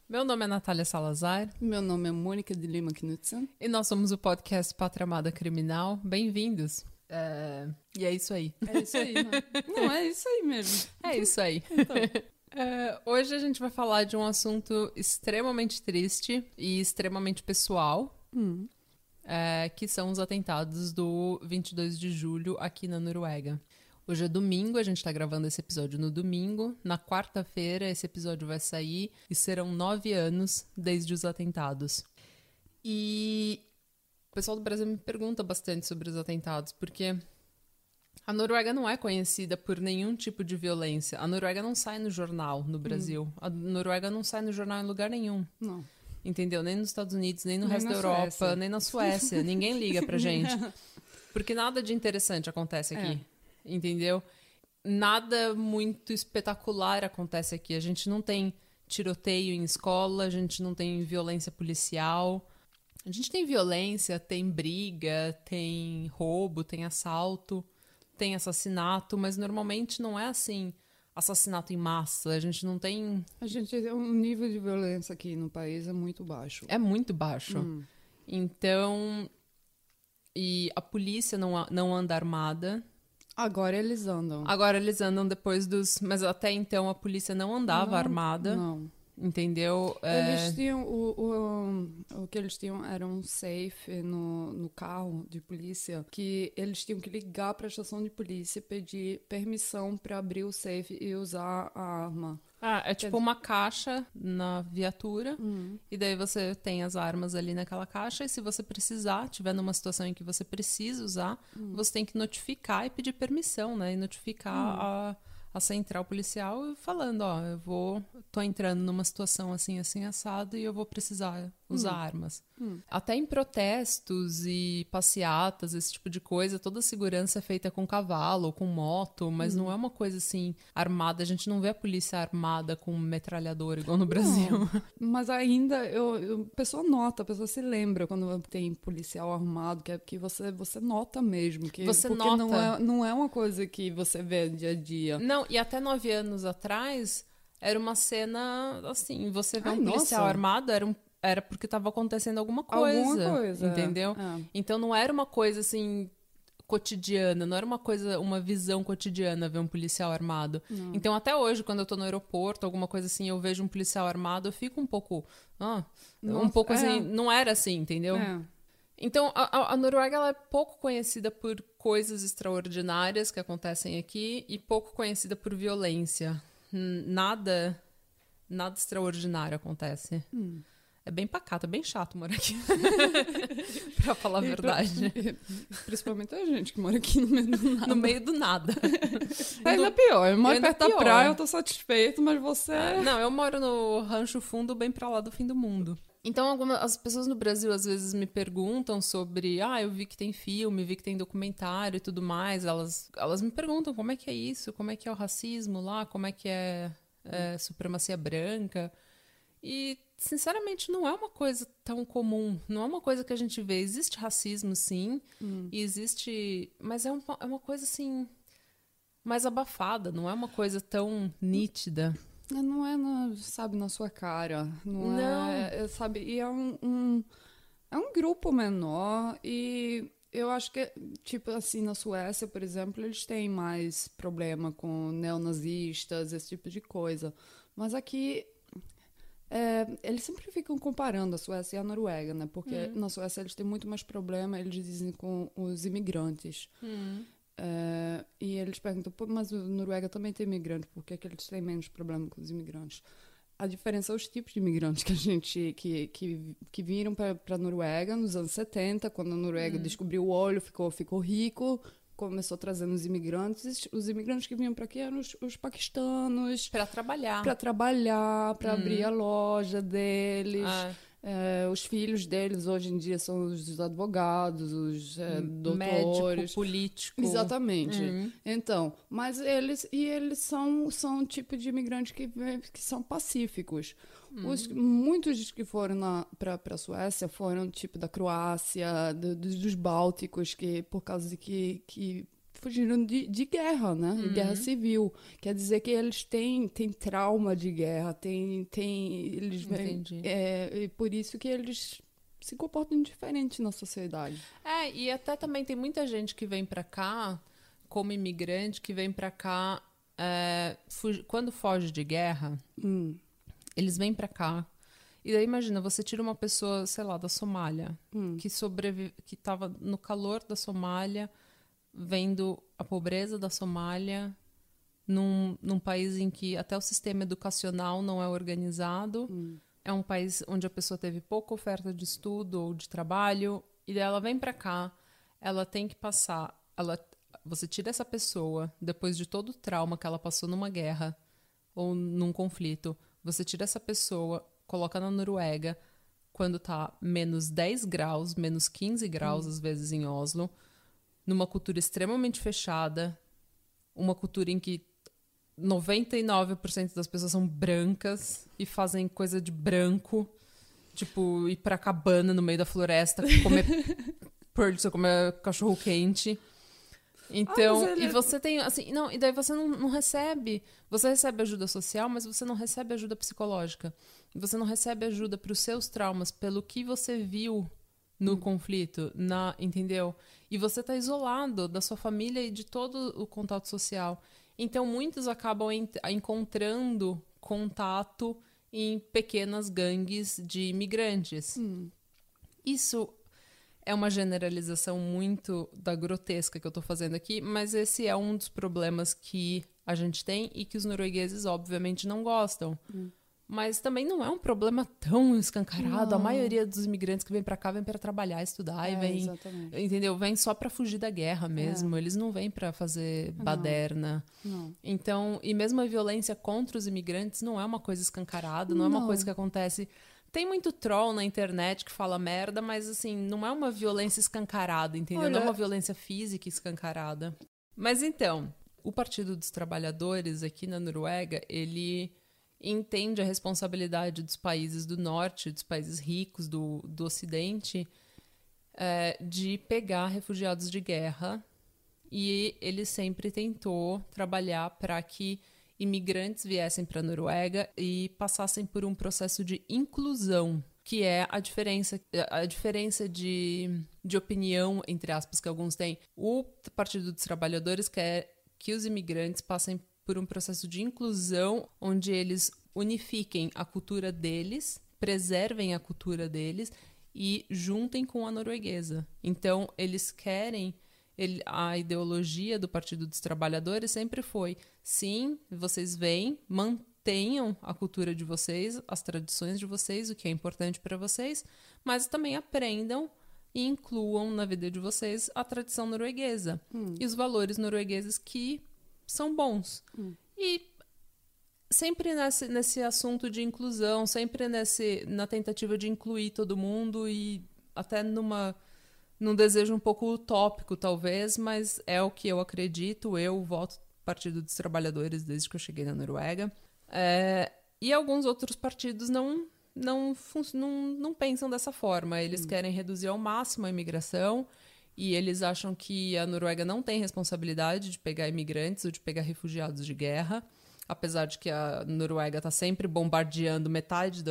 Meu nome é Natália Salazar. Meu nome é Mônica de Lima Knudsen. E nós somos o podcast Pátria Amada Criminal. Bem-vindos. E é isso aí. É isso aí, né? Não, é isso aí mesmo. É isso aí. Então. Hoje a gente vai falar de um assunto extremamente triste e extremamente pessoal, que são os atentados do 22 de julho aqui na Noruega. Hoje é domingo, a gente tá gravando esse episódio no domingo. Na quarta-feira esse episódio vai sair e serão 9 anos desde os atentados. E o pessoal do Brasil me pergunta bastante sobre os atentados, porque a Noruega não é conhecida por nenhum tipo de violência. A Noruega não sai no jornal no Brasil. A Noruega não sai no jornal em lugar nenhum. Não. Entendeu? Nem nos Estados Unidos, nem no Nem resto na da Europa, Suécia. nem na Suécia. Ninguém liga pra gente. Porque nada de interessante acontece aqui. Entendeu? Nada muito espetacular acontece aqui. A gente não tem tiroteio em escola, a gente não tem violência policial. A gente tem violência, tem briga, tem roubo, tem assalto, tem assassinato, mas normalmente não é assim, assassinato em massa. A gente não tem... O nível de violência aqui no país é muito baixo. É muito baixo. Então, e a polícia não anda armada. Agora eles andam. Agora eles andam depois dos... Mas até então a polícia não andava armada. Não. Entendeu? Eles tinham... O que eles tinham era um safe no carro de polícia, que eles tinham que ligar para a estação de polícia e pedir permissão para abrir o safe e usar a arma. É tipo uma caixa na viatura, e daí você tem as armas ali naquela caixa, e se você precisar, tiver numa situação em que você precisa usar, você tem que notificar e pedir permissão, né? E notificar a central policial falando, tô entrando numa situação assim, assim, assado, e eu vou precisar usar armas. Até em protestos e passeatas, esse tipo de coisa, toda a segurança é feita com cavalo ou com moto, mas não é uma coisa assim, armada. A gente não vê a polícia armada com metralhadora, igual no Brasil. Não, mas ainda, a pessoa nota, a pessoa se lembra quando tem policial armado, que você nota mesmo. Você porque nota. Não é uma coisa que você vê dia a dia. Não, e até 9 anos atrás, era uma cena, assim, você vê um policial nossa. armado, era porque estava acontecendo alguma coisa, entendeu? Então não era uma coisa, assim, cotidiana, não era uma visão cotidiana ver um policial armado. Então até hoje, quando eu tô no aeroporto, alguma coisa assim, eu vejo um policial armado, eu fico um pouco, assim, não era assim, entendeu? Então, a Noruega ela é pouco conhecida por coisas extraordinárias que acontecem aqui e pouco conhecida por violência. Nada extraordinário acontece. É bem pacato, é bem chato morar aqui. Pra falar a verdade. Principalmente a gente que mora aqui no meio do nada. No meio do nada. Ainda pior, eu moro Ainda perto da pior. praia, eu tô satisfeito, mas você... Não, eu moro no Rancho Fundo, bem pra lá do fim do mundo. Então, as pessoas no Brasil às vezes me perguntam sobre... eu vi que tem filme, vi que tem documentário e tudo mais. Elas me perguntam como é que é isso, como é que é o racismo lá, como é que é supremacia branca. E, sinceramente, não é uma coisa tão comum. Não é uma coisa que a gente vê. Existe racismo, sim. E existe... Mas é uma coisa, assim, mais abafada. Não é uma coisa tão nítida. Não é, sabe, na sua cara. Não. Sabe, e é um grupo menor e eu acho que, tipo assim, na Suécia, por exemplo, eles têm mais problema com neonazistas, esse tipo de coisa. Mas aqui, eles sempre ficam comparando a Suécia e a Noruega, né? Porque na Suécia eles têm muito mais problema, eles dizem, com os imigrantes. E eles perguntam, mas a Noruega também tem imigrantes, por que eles têm menos problema com os imigrantes? A diferença é os tipos de imigrantes que a gente que viram para a Noruega nos anos 70, quando a Noruega descobriu o óleo, ficou rico, começou trazendo os imigrantes. Os imigrantes que vinham para aqui eram os paquistanos. Para trabalhar. Para abrir a loja deles. Os filhos deles hoje em dia são os advogados, os doutores. Médico, político. Exatamente. Então, mas eles são um tipo de imigrantes que são pacíficos. Muitos que foram para a Suécia foram tipo da Croácia, dos Bálticos, que por causa de que fugiram de guerra, né? Guerra civil. Quer dizer que eles têm trauma de guerra, eles vêm, e por isso que eles se comportam diferente na sociedade. E até também tem muita gente que vem pra cá, como imigrante, que vem pra cá quando foge de guerra, eles vêm pra cá. E daí, imagina, você tira uma pessoa, sei lá, da Somália, que estava no calor da Somália, vendo a pobreza da Somália, num país em que até o sistema educacional não é organizado. É um país onde a pessoa teve pouca oferta de estudo ou de trabalho. E daí ela vem pra cá, ela tem que passar... Você tira essa pessoa, depois de todo o trauma que ela passou numa guerra ou num conflito, você tira essa pessoa, coloca na Noruega, quando tá menos 10 graus, menos 15 graus, às vezes, em Oslo, numa cultura extremamente fechada, uma cultura em que 99% das pessoas são brancas e fazem coisa de branco, tipo, ir pra cabana no meio da floresta, comer pizza, comer cachorro quente. Então, e você tem, assim, não, e daí você não recebe, você recebe ajuda social, mas você não recebe ajuda psicológica. Você não recebe ajuda para os seus traumas, pelo que você viu no conflito, entendeu? E você tá isolado da sua família e de todo o contato social. Então, muitos acabam encontrando contato em pequenas gangues de imigrantes. Isso é uma generalização muito da grotesca que eu tô fazendo aqui, mas esse é um dos problemas que a gente tem e que os noruegueses, obviamente, não gostam. Mas também não é um problema tão escancarado. Não. A maioria dos imigrantes que vem pra cá vem pra trabalhar, estudar e vem, entendeu? Vem só pra fugir da guerra mesmo. Eles não vêm pra fazer baderna. Não. Então, e mesmo a violência contra os imigrantes não é uma coisa escancarada, não é uma coisa que acontece. Tem muito troll na internet que fala merda, mas assim, não é uma violência escancarada, entendeu? Olha... Não é uma violência física escancarada. Mas então, o Partido dos Trabalhadores aqui na Noruega, ele entende a responsabilidade dos países do norte, dos países ricos do ocidente, de pegar refugiados de guerra. E ele sempre tentou trabalhar para que imigrantes viessem para a Noruega e passassem por um processo de inclusão, que é a diferença de opinião, entre aspas, que alguns têm. O Partido dos Trabalhadores quer que os imigrantes passem por um processo de inclusão onde eles unifiquem a cultura deles, preservem a cultura deles e juntem com a norueguesa. Então, eles querem... A ideologia do Partido dos Trabalhadores sempre foi: sim, vocês vêm, mantenham a cultura de vocês, as tradições de vocês, o que é importante para vocês, mas também aprendam e incluam na vida de vocês a tradição norueguesa e os valores noruegueses que são bons. E sempre nesse assunto de inclusão, sempre na tentativa de incluir todo mundo e até num desejo um pouco utópico, talvez, mas é o que eu acredito. Eu voto Partido dos Trabalhadores desde que eu cheguei na Noruega. E alguns outros partidos não pensam dessa forma. Eles querem reduzir ao máximo a imigração e eles acham que a Noruega não tem responsabilidade de pegar imigrantes ou de pegar refugiados de guerra, apesar de que a Noruega está sempre bombardeando metade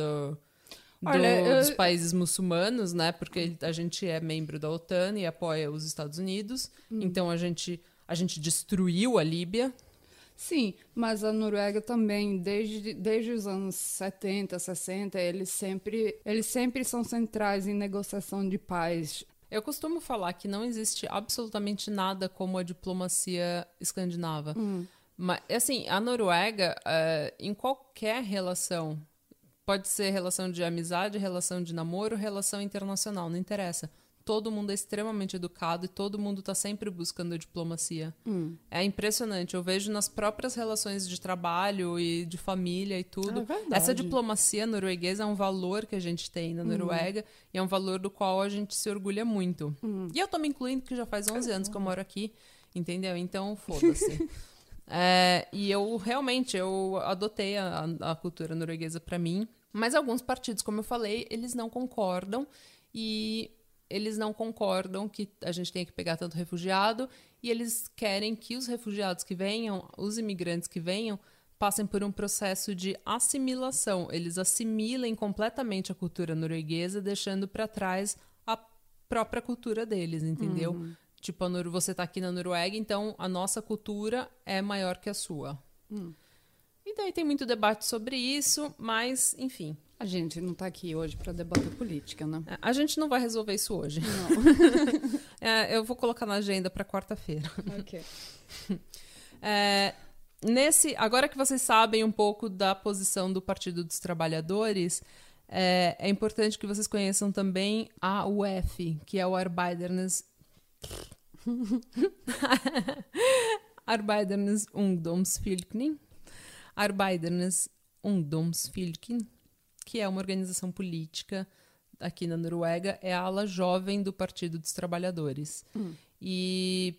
dos países muçulmanos, né? Porque a gente é membro da OTAN e apoia os Estados Unidos. Então a gente destruiu a Líbia. Sim, mas a Noruega também, desde os anos 70, 60, eles sempre são centrais em negociação de paz. Eu costumo falar que não existe absolutamente nada como a diplomacia escandinava. Mas, assim, a Noruega, em qualquer relação... Pode ser relação de amizade, relação de namoro, relação internacional, não interessa. Todo mundo é extremamente educado e todo mundo está sempre buscando a diplomacia. É impressionante. Eu vejo nas próprias relações de trabalho e de família e tudo. Essa diplomacia norueguesa é um valor que a gente tem na Noruega e é um valor do qual a gente se orgulha muito. E eu tô me incluindo porque já faz 11 anos que eu moro aqui, entendeu? Então, foda-se. E eu adotei a cultura norueguesa para mim. Mas alguns partidos, como eu falei, eles não concordam e eles não concordam que a gente tenha que pegar tanto refugiado e eles querem que os refugiados que venham, os imigrantes que venham, passem por um processo de assimilação. Eles assimilem completamente a cultura norueguesa, deixando para trás a própria cultura deles, entendeu? Tipo, você tá aqui na Noruega, então a nossa cultura é maior que a sua. E daí tem muito debate sobre isso, mas, enfim. A gente não tá aqui hoje para debater política, né? A gente não vai resolver isso hoje. Não. Eu vou colocar na agenda para quarta-feira. Ok. Agora que vocês sabem um pouco da posição do Partido dos Trabalhadores, é importante que vocês conheçam também a UF, que é o Arbeidernes Ungdomsfylking, que é uma organização política aqui na Noruega, é a ala jovem do Partido dos Trabalhadores. E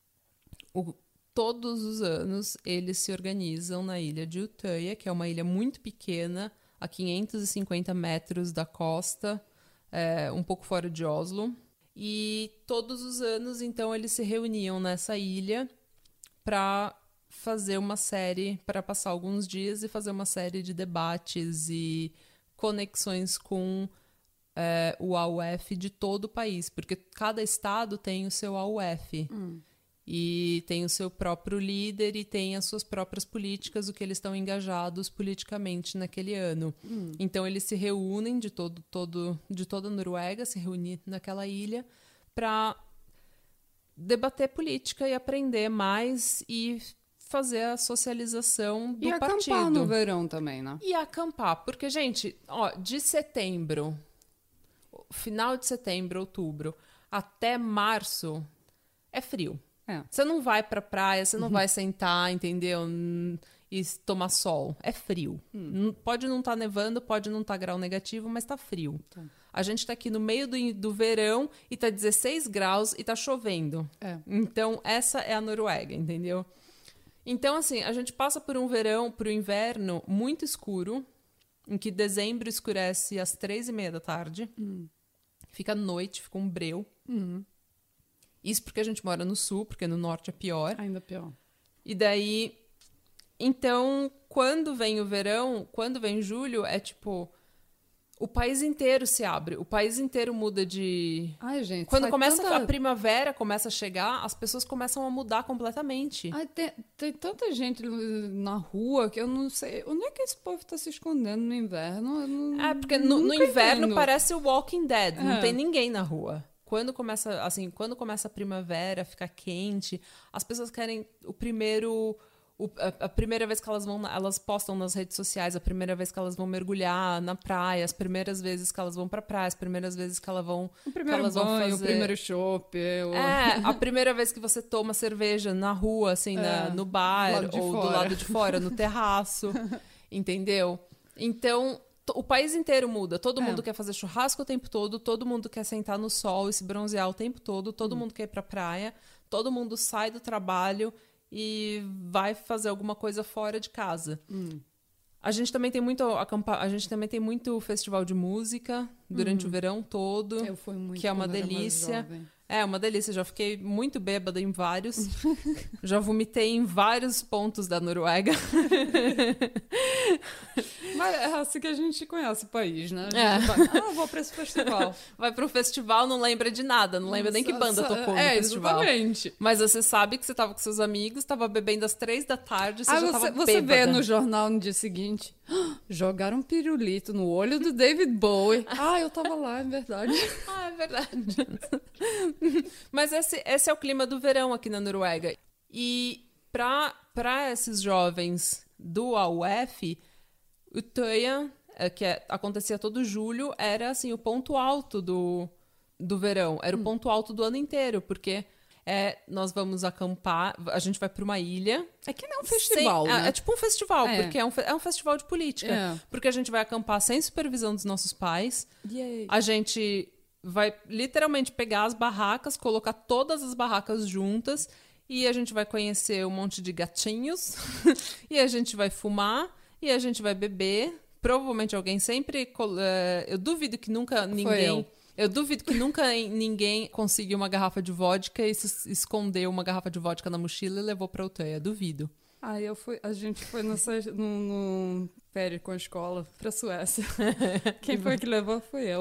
todos os anos eles se organizam na ilha de Utøya, que é uma ilha muito pequena, a 550 metros da costa, um pouco fora de Oslo. E todos os anos, então, eles se reuniam nessa ilha para fazer uma série, para passar alguns dias e fazer uma série de debates e conexões com o AUF de todo o país, porque cada estado tem o seu AUF e tem o seu próprio líder e tem as suas próprias políticas, o que eles estão engajados politicamente naquele ano. Então eles se reúnem de toda a Noruega, se reúnem naquela ilha para debater política e aprender mais e fazer a socialização do partido. E acampar no verão também, né? E acampar, porque, gente, de setembro, final de setembro, outubro, até março, é frio. Você não vai pra praia, você não vai sentar, entendeu? E tomar sol. É frio. Pode não estar nevando, pode não estar grau negativo, mas tá frio. A gente tá aqui no meio do verão e tá 16 graus e tá chovendo. Então, essa é a Noruega, entendeu? Então, assim, a gente passa por um inverno muito escuro, em que dezembro escurece às 3:30 da tarde. Fica noite, fica um breu. Isso porque a gente mora no sul, porque no norte é pior. Ainda pior. E daí, então, quando vem o verão, quando vem julho, é tipo... O país inteiro se abre, o país inteiro muda de... Ai, gente, quando começa a primavera, começa a chegar, as pessoas começam a mudar completamente. Ai, tem tanta gente na rua que eu não sei... Onde é que esse povo tá se escondendo no inverno? Porque no inverno parece o Walking Dead, não tem ninguém na rua. Quando começa a primavera, fica quente, as pessoas querem a primeira vez que elas postam nas redes sociais, a primeira vez que elas vão mergulhar na praia, as primeiras vezes que elas vão pra praia, as primeiras vezes que elas vão... O primeiro banho, o primeiro chopp. A primeira vez que você toma cerveja na rua, assim, no bar, ou do lado de fora, no terraço, entendeu? Então... O país inteiro muda, todo mundo quer fazer churrasco o tempo todo mundo quer sentar no sol e se bronzear o tempo todo mundo quer ir pra praia, todo mundo sai do trabalho e vai fazer alguma coisa fora de casa. A gente também tem muito festival de música durante o verão todo, eu fui muito, que é uma delícia. É uma delícia, já fiquei muito bêbada em vários. Já vomitei em vários pontos da Noruega. Mas é assim que a gente conhece o país, né? Vou pra esse festival. Vai pra um festival, não lembra de nada, não lembra nem que banda tocou no festival. Exatamente. Mas você sabe que você tava com seus amigos, tava bebendo às 3 da tarde, já tava bêbada. Você vê no jornal no dia seguinte, jogaram um pirulito no olho do David Bowie. Eu tava lá, é verdade. É verdade. Mas esse é o clima do verão aqui na Noruega. E para esses jovens do AUF, Utøya, que acontecia todo julho, era assim, o ponto alto do verão. Era o ponto alto do ano inteiro, porque nós vamos acampar, a gente vai para uma ilha. É que nem um festival, né? É tipo um festival, porque é um festival de política. Porque a gente vai acampar sem supervisão dos nossos pais. A gente vai literalmente pegar as barracas, colocar todas as barracas juntas e a gente vai conhecer um monte de gatinhos e a gente vai fumar e a gente vai beber. Provavelmente alguém sempre... eu duvido que nunca ninguém... Eu duvido que nunca ninguém conseguiu uma garrafa de vodka e escondeu uma garrafa de vodka na mochila e levou pra Utöya. Duvido. A gente foi no férias com a escola pra Suécia. Quem foi que levou foi eu.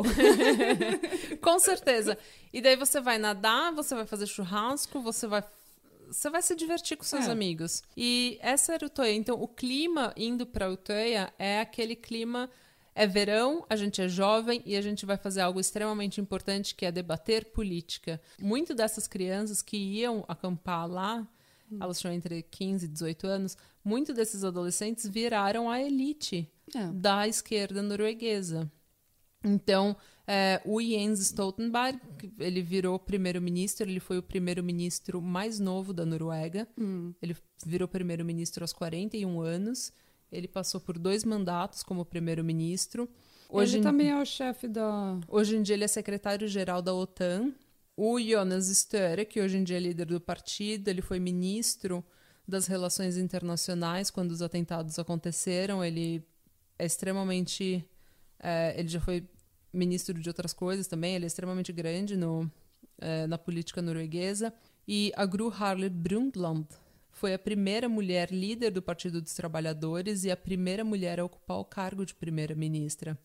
Com certeza. E daí você vai nadar, você vai fazer churrasco, você vai se divertir com seus amigos. E essa era Utöya. Então, o clima indo pra Utöya é aquele clima... É verão, a gente é jovem e a gente vai fazer algo extremamente importante, que é debater política. Muito dessas crianças que iam acampar lá, elas tinham entre 15 e 18 anos, muito desses adolescentes viraram a elite da esquerda norueguesa. Então, o Jens Stoltenberg, ele virou primeiro-ministro, ele foi o primeiro-ministro mais novo da Noruega. Ele virou primeiro-ministro aos 41 anos. Ele passou por 2 mandatos como primeiro-ministro. Ele também é o chefe da... Hoje em dia ele é secretário-geral da OTAN. O Jonas Støre, que hoje em dia é líder do partido, ele foi ministro das Relações Internacionais quando os atentados aconteceram. Ele é extremamente... ele já foi ministro de outras coisas também. Ele é extremamente grande na política norueguesa. E a Gro Harlem Brundtland foi a primeira mulher líder do Partido dos Trabalhadores e a primeira mulher a ocupar o cargo de primeira-ministra.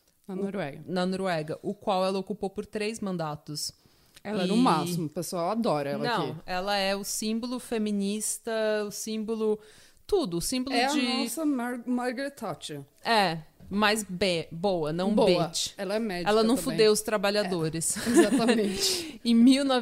Na Noruega, o qual ela ocupou por 3 mandatos. Ela era o máximo, o pessoal adora ela aqui. Não, ela é o símbolo feminista, o símbolo... Tudo, o símbolo de... É a nossa Margaret Thatcher. Mais boa, não boa. bitch. Ela é médica Ela não também. fudeu os trabalhadores. Exatamente. Em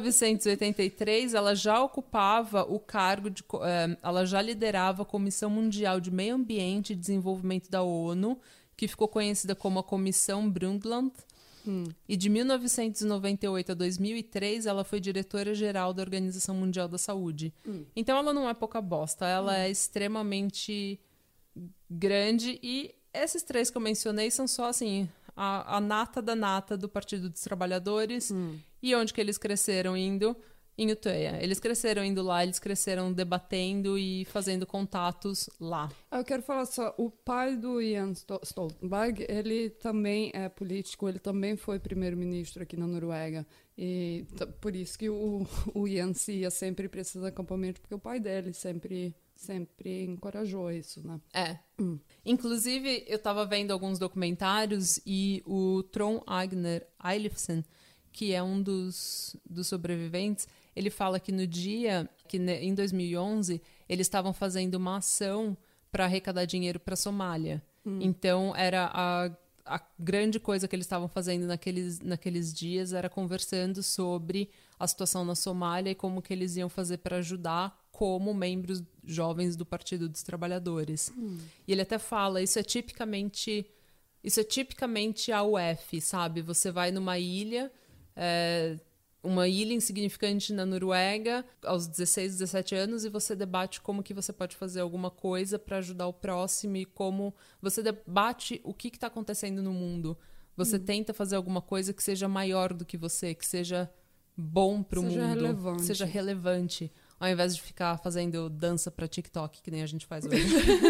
1983, ela já ocupava o cargo de... ela já liderava a Comissão Mundial de Meio Ambiente e Desenvolvimento da ONU, que ficou conhecida como a Comissão Brundtland. E de 1998 a 2003, ela foi diretora-geral da Organização Mundial da Saúde. Então, ela não é pouca bosta. Ela é extremamente grande e... Esses 3 que eu mencionei são só, assim, a nata da nata do Partido dos Trabalhadores. E onde que eles cresceram indo? Em Utöya. Eles cresceram indo lá, eles cresceram debatendo e fazendo contatos lá. Eu quero falar só, o pai do Jens Stoltenberg, ele também é político, ele também foi primeiro-ministro aqui na Noruega. E por isso que o Jens ia sempre para esses acampamentos, porque o pai dele sempre encorajou isso, né? Inclusive, eu tava vendo alguns documentários e o Trond Agner Eilifsen, que é um dos sobreviventes, ele fala que no dia, que em 2011, eles estavam fazendo uma ação para arrecadar dinheiro para a Somália. Então, era a grande coisa que eles estavam fazendo naqueles dias era conversando sobre a situação na Somália e como que eles iam fazer para ajudar como membros jovens do Partido dos Trabalhadores. E ele até fala, isso é tipicamente a UF, sabe? Você vai numa ilha, uma ilha insignificante na Noruega, aos 16, 17 anos, e você debate como que você pode fazer alguma coisa para ajudar o próximo e como você debate o que está acontecendo no mundo. Você tenta fazer alguma coisa que seja maior do que você, que seja bom para o mundo, que seja relevante. Ao invés de ficar fazendo dança pra TikTok, que nem a gente faz hoje.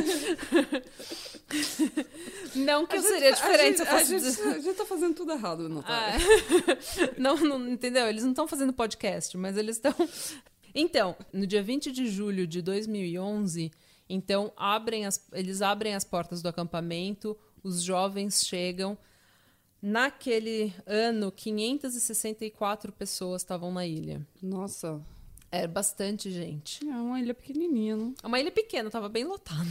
Não que eu seria diferente. A gente tá fazendo tudo errado, Natália. Não, entendeu? Eles não estão fazendo podcast, mas eles estão... Então, no dia 20 de julho de 2011, então, eles abrem as portas do acampamento, os jovens chegam. Naquele ano, 564 pessoas estavam na ilha. Nossa... É bastante gente. É uma ilha pequenininha, né? É uma ilha pequena, tava bem lotada.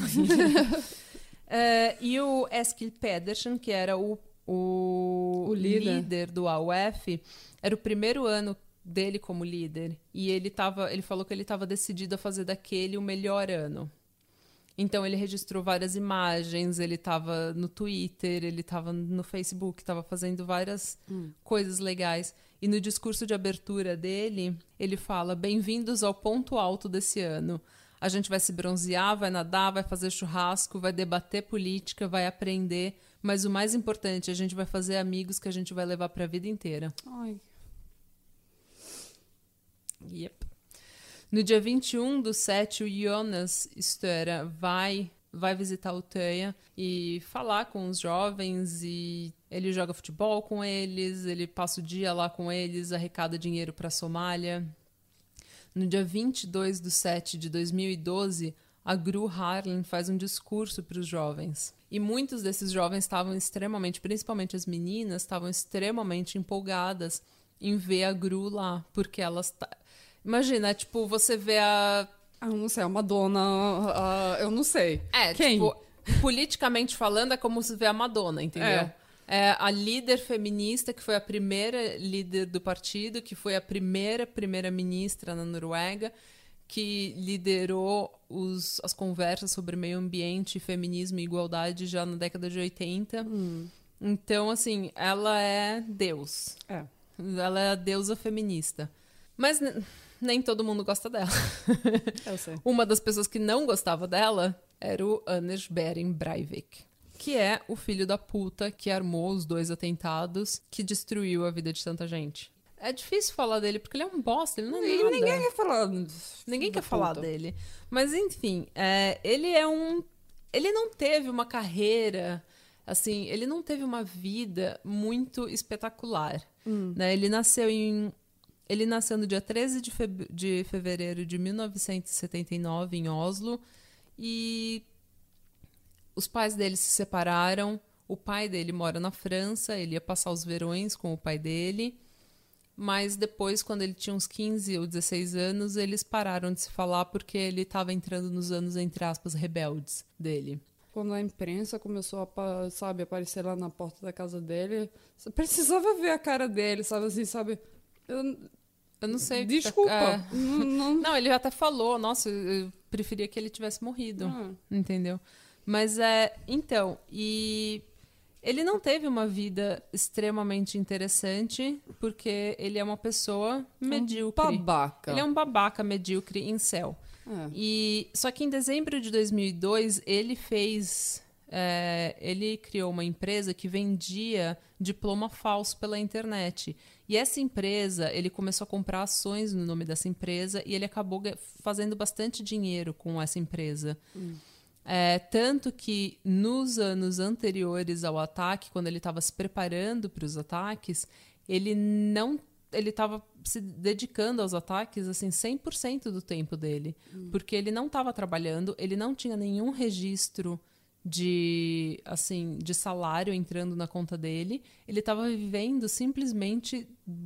E o Eskil Pedersen, que era o líder do AUF, era o primeiro ano dele como líder. E ele falou que ele estava decidido a fazer daquele o melhor ano. Então ele registrou várias imagens, ele estava no Twitter, ele estava no Facebook, estava fazendo várias coisas legais. E no discurso de abertura dele, ele fala: bem-vindos ao ponto alto desse ano. A gente vai se bronzear, vai nadar, vai fazer churrasco, vai debater política, vai aprender. Mas o mais importante, a gente vai fazer amigos que a gente vai levar para a vida inteira. Ai. Yep. No dia 21/7, o Jonas Støre vai vai visitar Utøya e falar com os jovens, e ele joga futebol com eles, ele passa o dia lá com eles, arrecada dinheiro para a Somália. No dia 22/7/2012, a Gro Harlem faz um discurso para os jovens. E muitos desses jovens estavam extremamente, principalmente as meninas, estavam extremamente empolgadas em ver a Gro lá, porque elas... Imagina, tipo, você vê a... Eu não sei, a Madonna, eu não sei. Quem? Tipo, politicamente falando, é como se vê a Madonna, entendeu? É a líder feminista, que foi a primeira líder do partido, que foi a primeira-ministra na Noruega, que liderou as conversas sobre meio ambiente, feminismo e igualdade já na década de 80. Então, assim, ela é Deus. Ela é a deusa feminista. Mas nem todo mundo gosta dela. Eu sei. Uma das pessoas que não gostava dela era o Anders Behring Breivik, que é o filho da puta que armou os 2 atentados que destruiu a vida de tanta gente. É difícil falar dele, porque ele é um bosta, ele não é nada. Ninguém quer falar. Ninguém quer falar dele. Mas, enfim, ele não teve uma carreira, assim, ele não teve uma vida muito espetacular. Né? Ele nasceu no dia 13 de fevereiro de 1979, em Oslo, e os pais dele se separaram. O pai dele mora na França, ele ia passar os verões com o pai dele, mas depois, quando ele tinha uns 15 ou 16 anos, eles pararam de se falar porque ele estava entrando nos anos, entre aspas, rebeldes dele. Quando a imprensa começou a, aparecer lá na porta da casa dele, você precisava ver a cara dele, sabe, assim, sabe... Eu não sei. Desculpa. Não, ele até falou, nossa, eu preferia que ele tivesse morrido, entendeu? Mas então, e ele não teve uma vida extremamente interessante, porque ele é uma pessoa medíocre. Babaca. Ele é um babaca medíocre incel. Só que em dezembro de 2002, ele criou uma empresa que vendia diploma falso pela internet. E essa empresa, ele começou a comprar ações no nome dessa empresa e ele acabou fazendo bastante dinheiro com essa empresa. Tanto que nos anos anteriores ao ataque, quando ele estava se preparando para os ataques, ele estava se dedicando aos ataques assim 100% do tempo dele. Porque ele não estava trabalhando, ele não tinha nenhum registro de salário entrando na conta dele. Ele estava vivendo simplesmente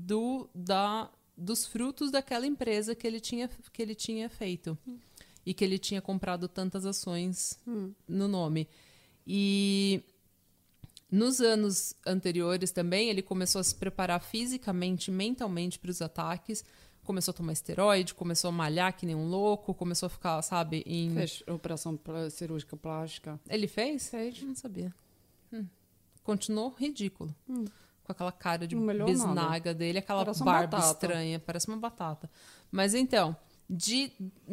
dos frutos daquela empresa que ele tinha feito e que ele tinha comprado tantas ações no nome. E nos anos anteriores também ele começou a se preparar fisicamente, mentalmente para os ataques. Começou a tomar esteroide, começou a malhar que nem um louco, começou a ficar, sabe, Fez operação cirúrgica plástica. Ele fez? Fez. Não sabia. Continuou ridículo. Com aquela cara de bisnaga dele, aquela barba estranha, parece uma batata. Mas então, de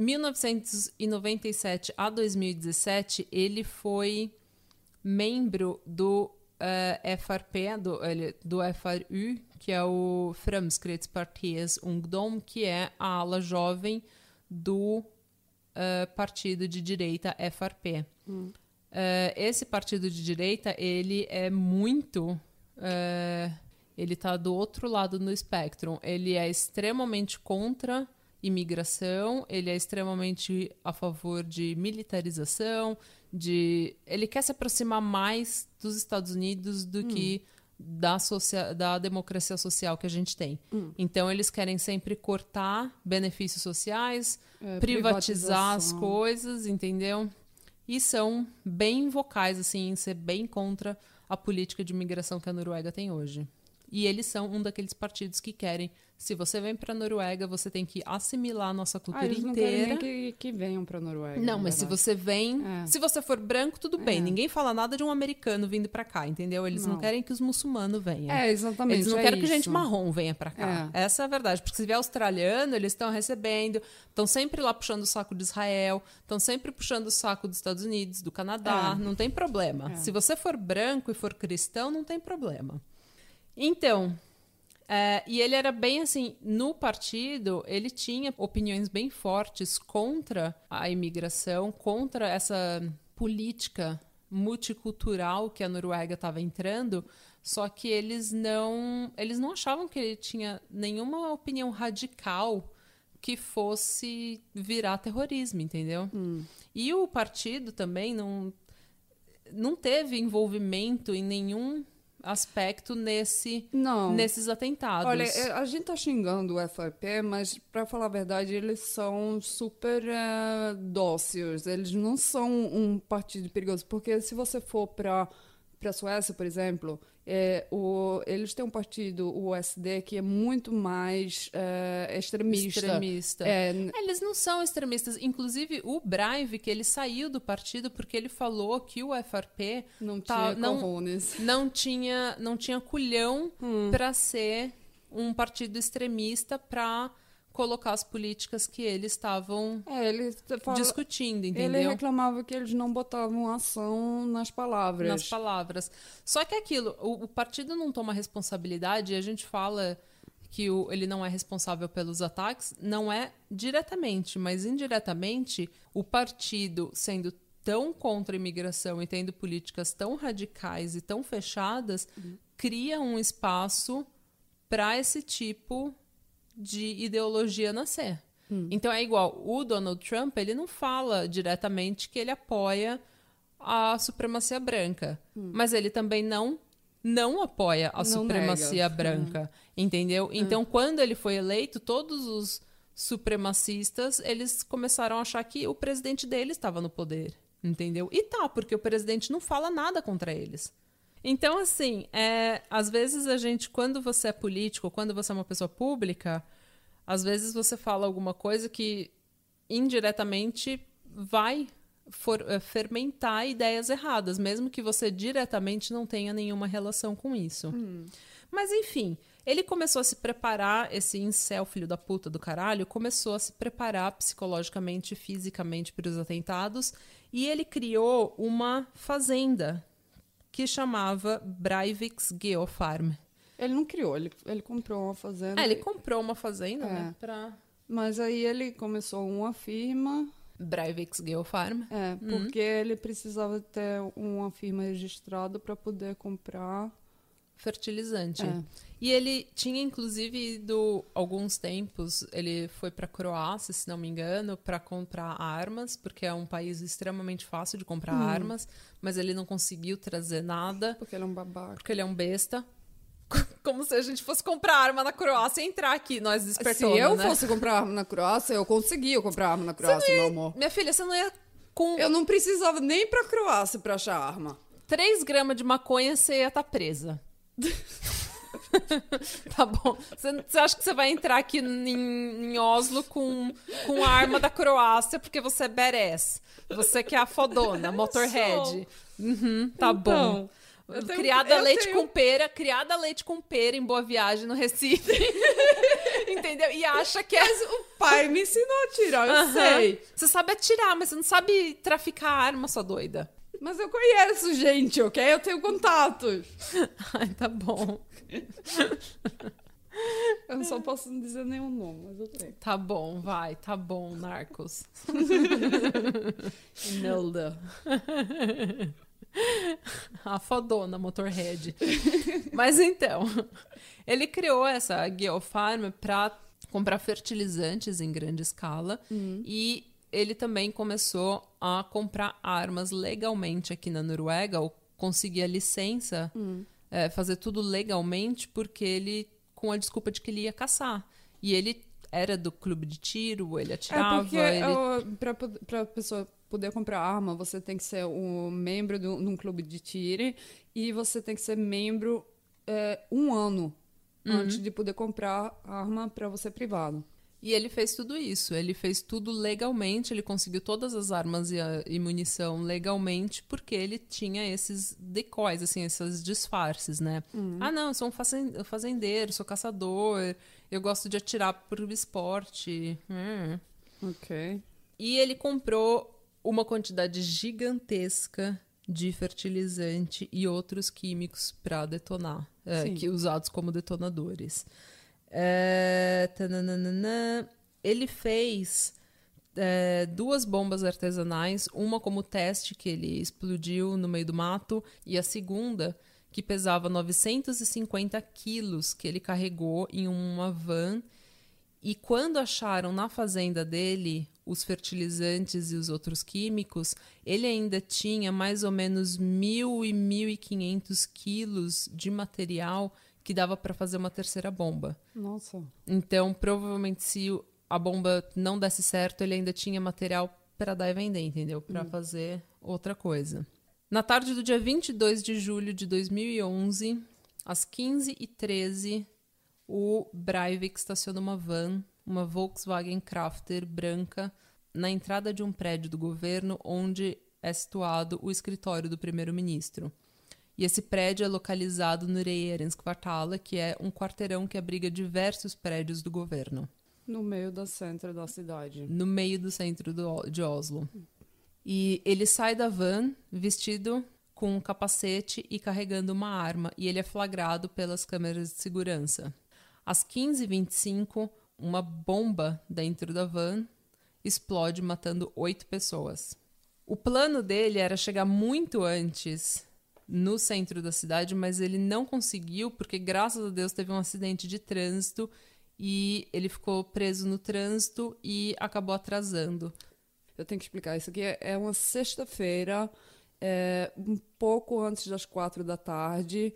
1997 a 2017, ele foi membro do FRP, do FRU, que é o Fremskrittspartiets Ungdom, que é a ala jovem do partido de direita FRP. Esse partido de direita, ele é muito... ele está do outro lado no espectro. Ele é extremamente contra imigração, ele é extremamente a favor de militarização, ele quer se aproximar mais dos Estados Unidos do que da democracia social que a gente tem. Então, eles querem sempre cortar benefícios sociais, privatizar as coisas, entendeu? E são bem vocais, assim, em ser bem contra a política de imigração que a Noruega tem hoje. E eles são um daqueles partidos que querem, se você vem para a Noruega, você tem que assimilar a nossa cultura eles inteira. Não querem nem que venham para a Noruega. Não, mas se você vem, se você for branco, tudo bem. Ninguém fala nada de um americano vindo para cá, entendeu? Eles não querem que os muçulmanos venham. Exatamente. Eles não querem que gente marrom venha para cá. Essa é a verdade. Porque se vier australiano, eles estão recebendo, estão sempre lá puxando o saco de Israel, estão sempre puxando o saco dos Estados Unidos, do Canadá, não tem problema. Se você for branco e for cristão, não tem problema. Então, e ele era bem assim, no partido, ele tinha opiniões bem fortes contra a imigração, contra política multicultural que a Noruega estava entrando, só que eles não achavam que ele tinha nenhuma opinião radical que fosse virar terrorismo, entendeu? E o partido também não teve envolvimento em nenhum aspecto nesses atentados. Olha, a gente tá xingando o FARP, mas, para falar a verdade, eles são super dóceis. Eles não são um partido perigoso. Porque se você for para a Suécia, por exemplo, eles têm um partido, o SD, que é muito mais extremista. Eles não são extremistas. Inclusive, o Breivik, ele saiu do partido porque ele falou que o FARP não tinha culhão para ser um partido extremista para colocar as políticas que eles estavam discutindo, entendeu? Ele reclamava que eles não botavam ação nas palavras. Só que aquilo, o partido não toma responsabilidade, e a gente fala que ele não é responsável pelos ataques, não é diretamente, mas indiretamente, o partido, sendo tão contra a imigração e tendo políticas tão radicais e tão fechadas, cria um espaço para esse tipo de ideologia nascer. Então é igual, o Donald Trump, ele não fala diretamente que ele apoia a supremacia branca, mas ele também não apoia a supremacia branca, entendeu? Então, quando ele foi eleito, todos os supremacistas, eles começaram a achar que o presidente deles estava no poder, entendeu? E porque o presidente não fala nada contra eles. Então, assim, às vezes a gente, quando você é político, quando você é uma pessoa pública, às vezes você fala alguma coisa que indiretamente vai fermentar ideias erradas, mesmo que você diretamente não tenha nenhuma relação com isso. Mas, enfim, ele começou a se preparar, esse incel filho da puta do caralho, começou a se preparar psicologicamente e fisicamente para os atentados, e ele criou uma fazenda que chamava Breivik's Geofarm. Ele não criou, ele comprou uma fazenda. Ele comprou uma fazenda, né? Mas aí ele começou uma firma. Breivik's Geofarm. Porque ele precisava ter uma firma registrada para poder comprar fertilizante. E ele tinha, inclusive, ido alguns tempos, ele foi para a Croácia, se não me engano, para comprar armas, porque é um país extremamente fácil de comprar armas, mas ele não conseguiu trazer nada. Porque ele é um babaca. Porque ele é um besta. Como se a gente fosse comprar arma na Croácia e entrar aqui, nós despertamos, Se eu fosse comprar arma na Croácia, eu conseguia comprar arma na Croácia, meu amor. Minha filha, você não ia com... Eu não precisava nem ir pra Croácia pra achar arma. 3 gramas de maconha, você ia estar presa. Tá bom. Você acha que você vai entrar aqui em Oslo com a arma da Croácia porque você é badass? Você que é a fodona, Motorhead. Tá bom. Criada leite com pera em Boa Viagem, no Recife. Entendeu? E acha que Mas o pai me ensinou a atirar, eu sei. Você sabe atirar, mas você não sabe traficar arma, sua doida. Mas eu conheço gente, ok? Eu tenho contatos. Ai, tá bom. Eu não só posso não dizer nenhum nome, mas eu tenho. Tá bom, vai. Tá bom, Narcos. Nilda. A fodona Motorhead. Mas então, ele criou essa Geofarm para comprar fertilizantes em grande escala e ele também começou a comprar armas legalmente aqui na Noruega, ou conseguir a licença, fazer tudo legalmente, porque ele, com a desculpa de que ele ia caçar. E ele era do clube de tiro, ele atirava. Para a pessoa poder comprar arma, você tem que ser um membro de um clube de tiro e você tem que ser membro 1 ano antes de poder comprar arma para você privado. E ele fez tudo isso, ele fez tudo legalmente, ele conseguiu todas as armas e munição legalmente, porque ele tinha esses decoys, assim, esses disfarces, né? Ah, não, eu sou um fazendeiro, sou caçador, eu gosto de atirar por esporte. Ok. E ele comprou uma quantidade gigantesca de fertilizante e outros químicos para detonar, usados como detonadores. Ele fez 2 bombas artesanais, uma como teste que ele explodiu no meio do mato e a segunda que pesava 950 quilos que ele carregou em uma van. E quando acharam na fazenda dele os fertilizantes e os outros químicos, ele ainda tinha mais ou menos 1.000 e 1.500 quilos de material que dava para fazer uma terceira bomba. Nossa. Então, provavelmente, se a bomba não desse certo, ele ainda tinha material para dar e vender, entendeu? Para fazer outra coisa. Na tarde do dia 22 de julho de 2011, às 15h13, o Breivik estaciona uma van, uma Volkswagen Crafter branca, na entrada de um prédio do governo onde é situado o escritório do primeiro-ministro. E esse prédio é localizado no Regeringskvartalet, que é um quarteirão que abriga diversos prédios do governo. No meio do centro da cidade. No meio do centro de Oslo. E ele sai da van vestido com um capacete e carregando uma arma. E ele é flagrado pelas câmeras de segurança. Às 15h25, uma bomba dentro da van explode, matando 8 pessoas. O plano dele era chegar muito antes no centro da cidade, mas ele não conseguiu porque, graças a Deus, teve um acidente de trânsito e ele ficou preso no trânsito e acabou atrasando. Eu tenho que explicar. Isso aqui é uma sexta-feira, um pouco antes das 4 da tarde.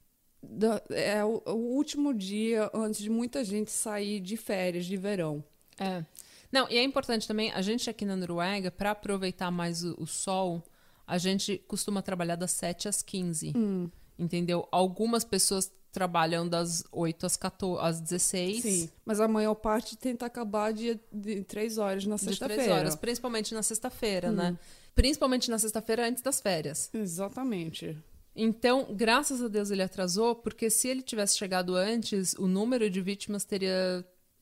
É o último dia antes de muita gente sair de férias de verão. Não, e é importante também, a gente aqui na Noruega, para aproveitar mais o sol, a gente costuma trabalhar das 7 às 15. Entendeu? Algumas pessoas trabalham das 8 às 16. Sim, mas a maior parte tenta acabar de 3 horas na sexta-feira. De 3 horas, principalmente na sexta-feira, né? Principalmente na sexta-feira antes das férias. Exatamente. Então, graças a Deus ele atrasou, porque se ele tivesse chegado antes, o número de vítimas teria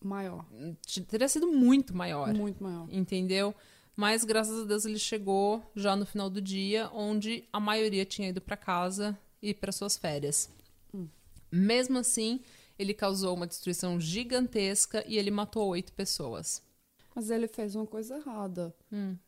sido muito maior. Muito maior. Entendeu? Mas, graças a Deus, ele chegou já no final do dia, onde a maioria tinha ido para casa e para suas férias. Mesmo assim, ele causou uma destruição gigantesca e ele matou 8 pessoas. Mas ele fez uma coisa errada.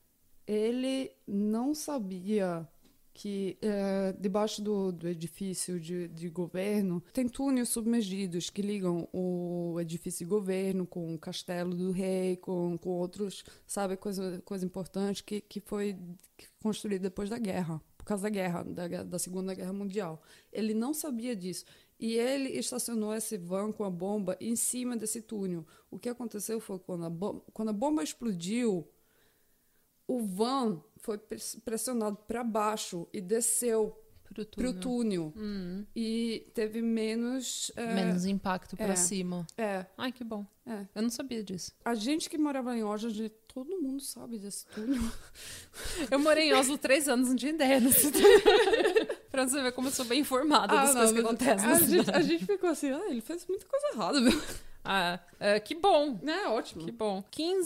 Ele não sabia que debaixo do edifício de governo tem túneis submergidos que ligam o edifício de governo com o castelo do rei, com outros, sabe, coisa importante que foi construída depois da guerra, por causa da guerra, da Segunda Guerra Mundial. Ele não sabia disso. E ele estacionou esse van com a bomba em cima desse túnel. O que aconteceu foi quando a bomba explodiu, o van foi pressionado para baixo e desceu pro túnel. E teve menos impacto para cima. Ai, que bom. Eu não sabia disso. A gente que morava em Oslo, todo mundo sabe desse túnel. Eu morei em Oslo 3 anos, não tinha ideia desse túnel. Pra você ver como eu sou bem informada das coisas que acontecem. A gente ficou assim, ele fez muita coisa errada, meu. Que bom. Ótimo. Que bom.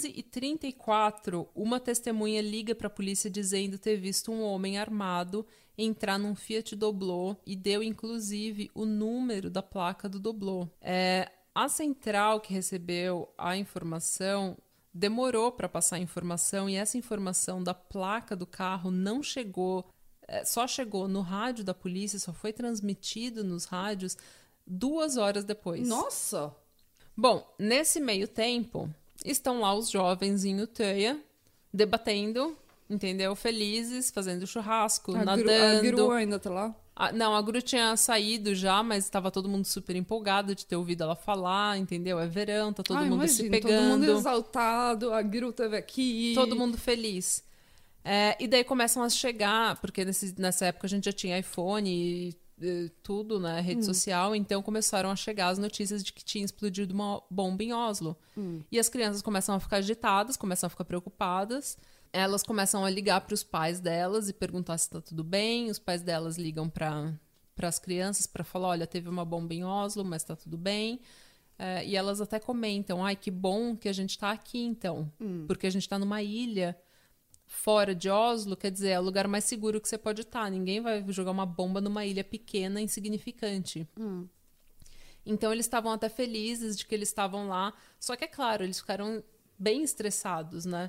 15h34, uma testemunha liga para a polícia dizendo ter visto um homem armado entrar num Fiat Doblô e deu, inclusive, o número da placa do Doblô. A central que recebeu a informação demorou para passar a informação e essa informação da placa do carro não chegou, só chegou no rádio da polícia, só foi transmitido nos rádios 2 horas depois. Nossa! Bom, nesse meio tempo, estão lá os jovens em Utøya, debatendo, entendeu? Felizes, fazendo churrasco, nadando. A Gru ainda tá lá? Não, a Gru tinha saído já, mas estava todo mundo super empolgado de ter ouvido ela falar, entendeu? É verão, tá todo mundo se pegando. Todo mundo exaltado, a Gru teve aqui. Todo mundo feliz. E daí começam a chegar, porque nessa época a gente já tinha iPhone e tudo, né, rede social, então começaram a chegar as notícias de que tinha explodido uma bomba em Oslo. E as crianças começam a ficar agitadas, começam a ficar preocupadas, elas começam a ligar para os pais delas e perguntar se está tudo bem, os pais delas ligam para as crianças para falar, olha, teve uma bomba em Oslo, mas está tudo bem. E elas até comentam, ai, que bom que a gente está aqui então, porque a gente está numa ilha fora de Oslo, quer dizer, é o lugar mais seguro que você pode estar. Ninguém vai jogar uma bomba numa ilha pequena, insignificante. Então, eles estavam até felizes de que eles estavam lá. Só que, é claro, eles ficaram bem estressados, né?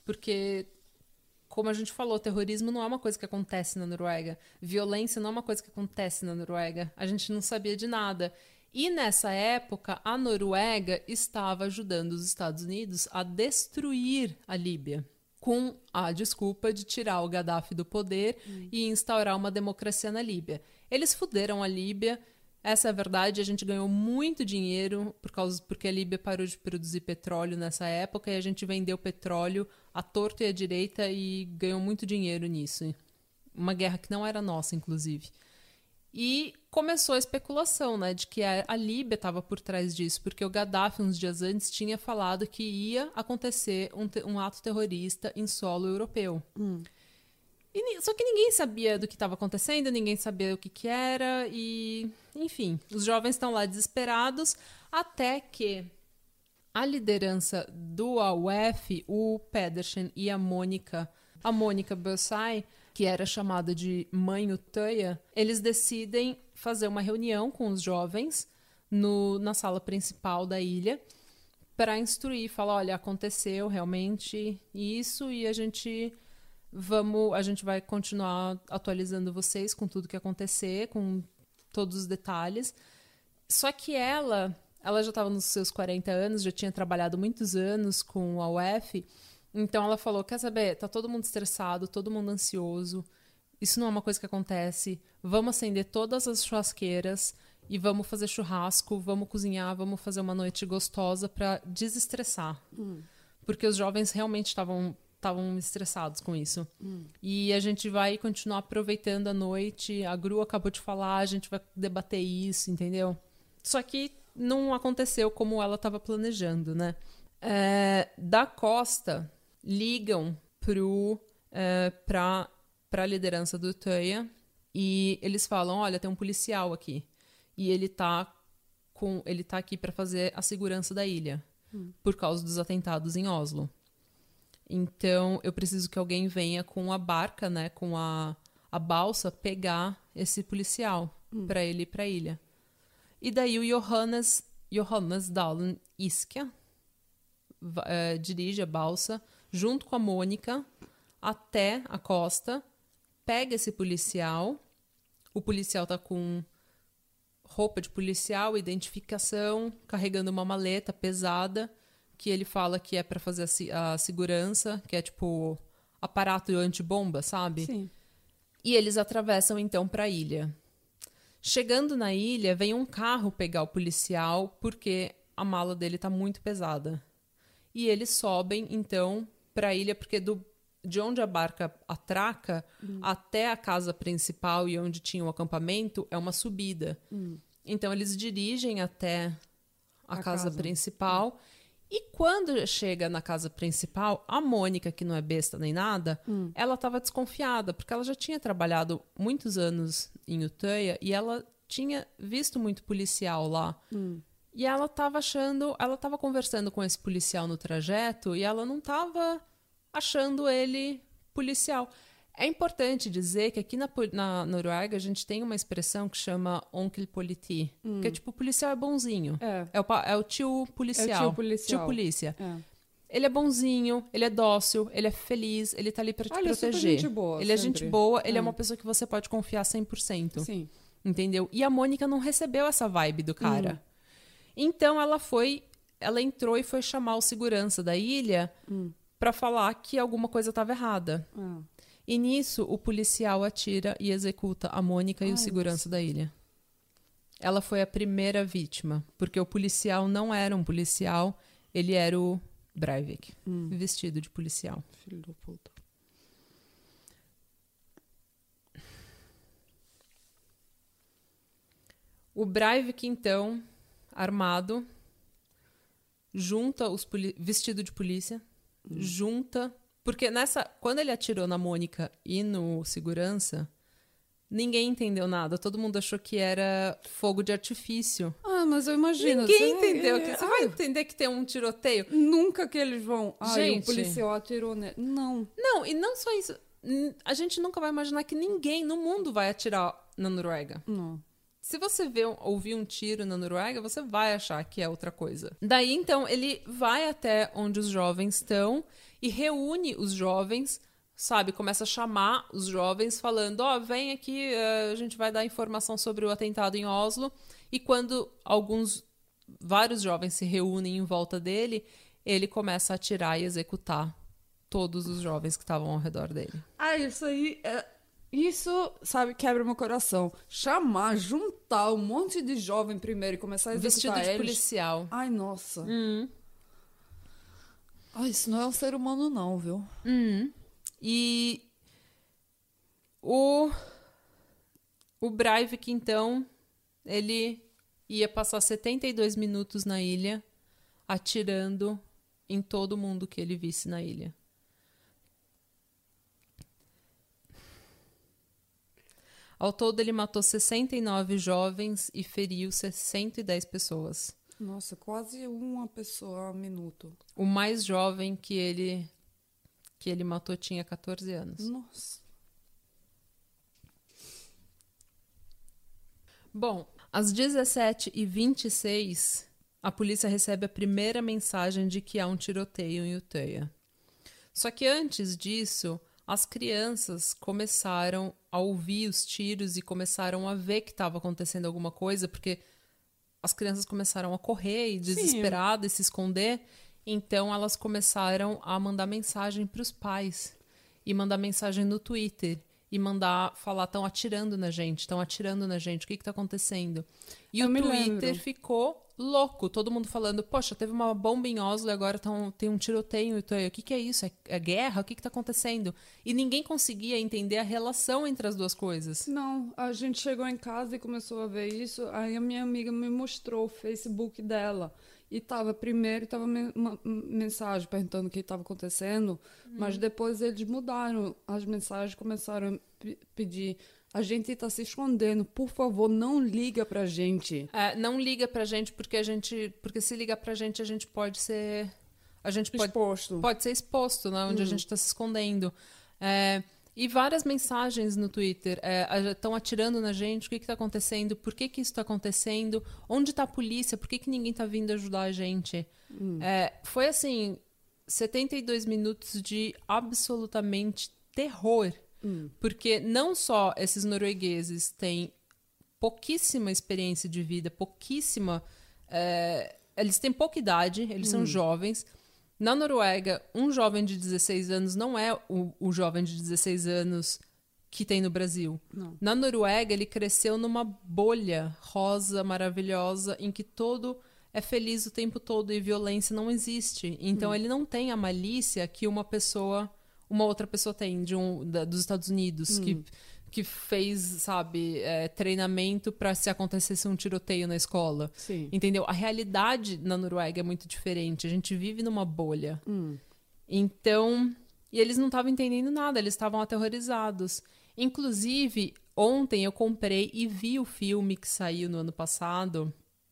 porque, como a gente falou, terrorismo não é uma coisa que acontece na Noruega. Violência não é uma coisa que acontece na Noruega. A gente não sabia de nada. E nessa época, a Noruega estava ajudando os Estados Unidos a destruir a Líbia, com a desculpa de tirar o Gaddafi do poder e instaurar uma democracia na Líbia. Eles fuderam a Líbia, essa é a verdade, a gente ganhou muito dinheiro porque a Líbia parou de produzir petróleo nessa época e a gente vendeu petróleo à torto e à direita e ganhou muito dinheiro nisso. Uma guerra que não era nossa, inclusive. E começou a especulação, né, de que a Líbia estava por trás disso, porque o Gaddafi, uns dias antes, tinha falado que ia acontecer um ato terrorista em solo europeu. Só que ninguém sabia do que estava acontecendo, ninguém sabia o que era, e, enfim, os jovens estão lá desesperados, até que a liderança do AUF, o Pedersen e a Mônica Bösay, que era chamada de Mãe Uteia, eles decidem fazer uma reunião com os jovens na sala principal da ilha para instruir, falar, olha, aconteceu realmente isso e a gente vai continuar atualizando vocês com tudo que acontecer, com todos os detalhes. Só que ela já estava nos seus 40 anos, já tinha trabalhado muitos anos com a UF. Então ela falou, quer saber, tá todo mundo estressado, todo mundo ansioso, isso não é uma coisa que acontece, vamos acender todas as churrasqueiras e vamos fazer churrasco, vamos cozinhar, vamos fazer uma noite gostosa para desestressar. Porque os jovens realmente estavam estressados com isso. E a gente vai continuar aproveitando a noite, a Gru acabou de falar, a gente vai debater isso, entendeu? Só que não aconteceu como ela estava planejando, né? Da costa, ligam para a liderança do Uteia e eles falam, olha, tem um policial aqui e ele tá aqui para fazer a segurança da ilha por causa dos atentados em Oslo. Então eu preciso que alguém venha com a barca, né, com a balsa, pegar esse policial para ele ir para a ilha. E daí o Johannes Dahlen Iske dirige a balsa junto com a Mônica até a costa, pega esse policial, o policial tá com roupa de policial, identificação, carregando uma maleta pesada, que ele fala que é para fazer a segurança, que é tipo aparato antibomba, sabe? Sim. E eles atravessam então para a ilha. Chegando na ilha, vem um carro pegar o policial porque a mala dele tá muito pesada. E eles sobem, então, para a ilha, porque de onde a barca atraca até a casa principal e onde tinha o acampamento é uma subida. Então, eles dirigem até a casa principal. E quando chega na casa principal, a Mônica, que não é besta nem nada, ela estava desconfiada, porque ela já tinha trabalhado muitos anos em Uteia e ela tinha visto muito policial lá. E ela estava conversando com esse policial no trajeto e ela não estava achando ele policial. É importante dizer que aqui na Noruega a gente tem uma expressão que chama onkel politi, que é tipo, o policial é bonzinho. É o tio policial. É o tio policial. Tio polícia. Ele é bonzinho, ele é dócil, ele é feliz, ele tá ali pra te proteger. Ele é gente boa. Ele é gente boa, ele é uma pessoa que você pode confiar 100%. Sim. Entendeu? E a Mônica não recebeu essa vibe do cara. Então ela entrou e foi chamar o segurança da ilha pra falar que alguma coisa estava errada. E nisso o policial atira e executa a Mônica e o segurança da ilha. Ela foi a primeira vítima, porque o policial não era um policial, ele era o Breivik, vestido de policial. Filho da puta. O Breivik, então, armado, junta vestido de polícia, junta... Porque quando ele atirou na Mônica e no segurança, ninguém entendeu nada. Todo mundo achou que era fogo de artifício. Mas eu imagino. Ninguém entendeu. Você vai entender que tem um tiroteio? Nunca que eles vão... Gente, o policial atirou nele. Não. Não, e não só isso. A gente nunca vai imaginar que ninguém no mundo vai atirar na Noruega. Não. Se você ouvir um tiro na Noruega, você vai achar que é outra coisa. Daí, então, ele vai até onde os jovens estão e reúne os jovens, sabe? Começa a chamar os jovens falando, vem aqui, a gente vai dar informação sobre o atentado em Oslo. E quando vários jovens se reúnem em volta dele, ele começa a atirar e executar todos os jovens que estavam ao redor dele. Isso aí... Isso, sabe, quebra meu coração. Juntar um monte de jovem primeiro e começar a executar vestido de policial. Ai, nossa. Isso não é um ser humano não, viu? E o Breivik, então, ele ia passar 72 minutos na ilha atirando em todo mundo que ele visse na ilha. Ao todo, ele matou 69 jovens e feriu 110 pessoas. Nossa, quase uma pessoa a minuto. O mais jovem que ele matou tinha 14 anos. Nossa. Bom, às 17h26, a polícia recebe a primeira mensagem de que há um tiroteio em Utøya. Só que antes disso, as crianças começaram a ouvir os tiros e começaram a ver que estava acontecendo alguma coisa, porque as crianças começaram a correr e desesperadas e se esconder. Então, elas começaram a mandar mensagem para os pais e mandar mensagem no Twitter e mandar falar, estão atirando na gente, o que está acontecendo? E o Twitter ficou louco, todo mundo falando, poxa, teve uma bomba em Oslo e agora tem um tiroteio em Utøya, o que é isso? É guerra? O que está acontecendo? E ninguém conseguia entender a relação entre as duas coisas. Não, a gente chegou em casa e começou a ver isso, aí a minha amiga me mostrou o Facebook dela. E primeiro tava uma mensagem perguntando o que estava acontecendo, mas depois eles mudaram as mensagens, começaram a pedir, a gente está se escondendo, por favor, não liga pra gente. Não liga pra gente, porque se ligar pra gente, a gente pode ser... exposto. Pode ser exposto, né? Onde a gente está se escondendo. E várias mensagens no Twitter. Estão atirando na gente, o que está acontecendo? Por que isso está acontecendo? Onde está a polícia? Por que ninguém está vindo ajudar a gente? Foi assim, 72 minutos de absolutamente terror. Porque não só esses noruegueses têm pouquíssima experiência de vida, eles têm pouca idade, eles são jovens. Na Noruega, um jovem de 16 anos não é o jovem de 16 anos que tem no Brasil. Não. Na Noruega, ele cresceu numa bolha rosa, maravilhosa, em que todo é feliz o tempo todo e violência não existe. Então, ele não tem a malícia que uma outra pessoa tem dos Estados Unidos, que fez, sabe, treinamento para se acontecesse um tiroteio na escola. Sim. Entendeu? A realidade na Noruega é muito diferente. A gente vive numa bolha. Então, e eles não estavam entendendo nada, eles estavam aterrorizados. Inclusive, ontem eu comprei e vi o filme que saiu no ano passado,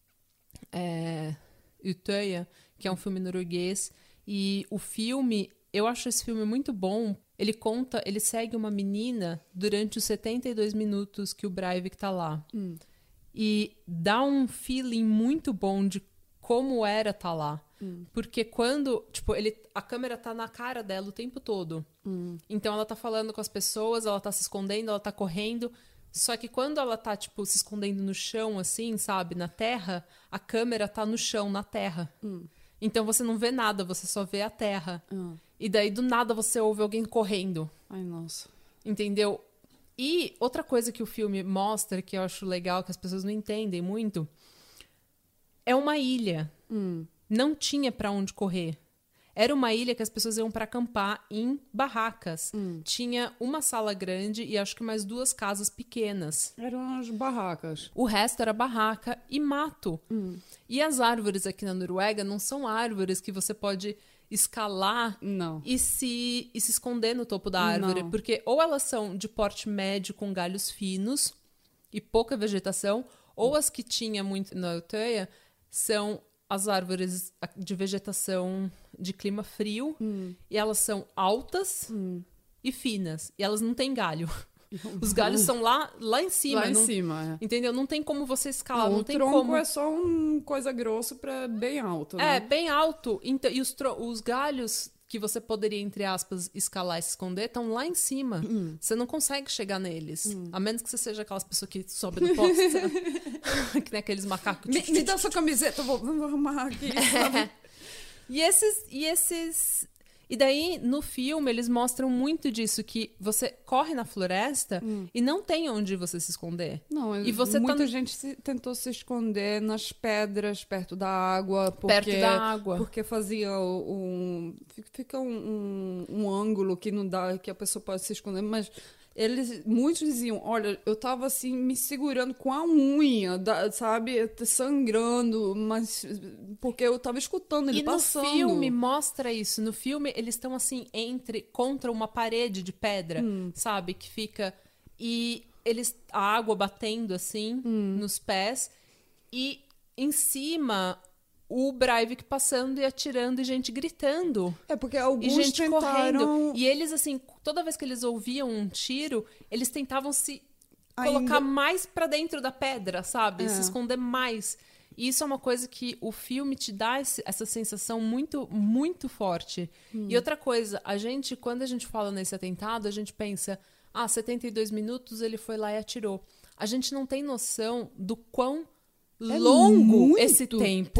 Utøya, que é um filme norueguês. E o filme, eu acho esse filme muito bom. Ele segue uma menina durante os 72 minutos que o Breivik tá lá. E dá um feeling muito bom de como era tá lá. Porque quando, a câmera tá na cara dela o tempo todo. Então ela tá falando com as pessoas, ela tá se escondendo, ela tá correndo. Só que quando ela tá, se escondendo no chão, assim, sabe, na terra, a câmera tá no chão, na terra. Então você não vê nada, você só vê a terra. E daí, do nada, você ouve alguém correndo. Ai, nossa. Entendeu? E outra coisa que o filme mostra, que eu acho legal, que as pessoas não entendem muito, é uma ilha. Não tinha pra onde correr. Era uma ilha que as pessoas iam pra acampar em barracas. Tinha uma sala grande e acho que mais 2 casas pequenas. Eram as barracas. O resto era barraca e mato. E as árvores aqui na Noruega não são árvores que você pode escalar e se esconder no topo da árvore. Não. Porque ou elas são de porte médio com galhos finos e pouca vegetação, ou as que tinha muito na Utøya são as árvores de vegetação de clima frio e elas são altas e finas. E elas não têm galho. Os galhos são lá em cima. Lá em cima, Entendeu? Não tem como você escalar. Não tem tronco como... é só uma coisa grossa para bem alto, né? Bem alto. Então, e os galhos que você poderia, entre aspas, escalar e se esconder, estão lá em cima. Você não consegue chegar neles. A menos que você seja aquelas pessoas que sobem no poste. Que nem aqueles macacos. Me dá sua camiseta, vou arrumar aqui. E daí, no filme, eles mostram muito disso, que você corre na floresta e não tem onde você se esconder. Não, e você muita gente tentou se esconder nas pedras, perto da água. Porque fazia fica um ângulo que não dá, que a pessoa pode se esconder, mas... Muitos diziam, olha, eu tava assim, me segurando com a unha, sabe, sangrando, mas porque eu tava escutando ele passando. E no filme mostra isso, no filme eles estão assim, contra uma parede de pedra, sabe, que fica, e a água batendo assim, nos pés, e em cima... o Breivik passando e atirando e gente gritando. Porque alguns e gente tentaram... correndo. E eles, assim, toda vez que eles ouviam um tiro, eles tentavam se colocar mais pra dentro da pedra, sabe? Se esconder mais. E isso é uma coisa que o filme te dá essa sensação muito, muito forte. E outra coisa, quando a gente fala nesse atentado, a gente pensa, 72 minutos ele foi lá e atirou. A gente não tem noção do quão longo esse tempo.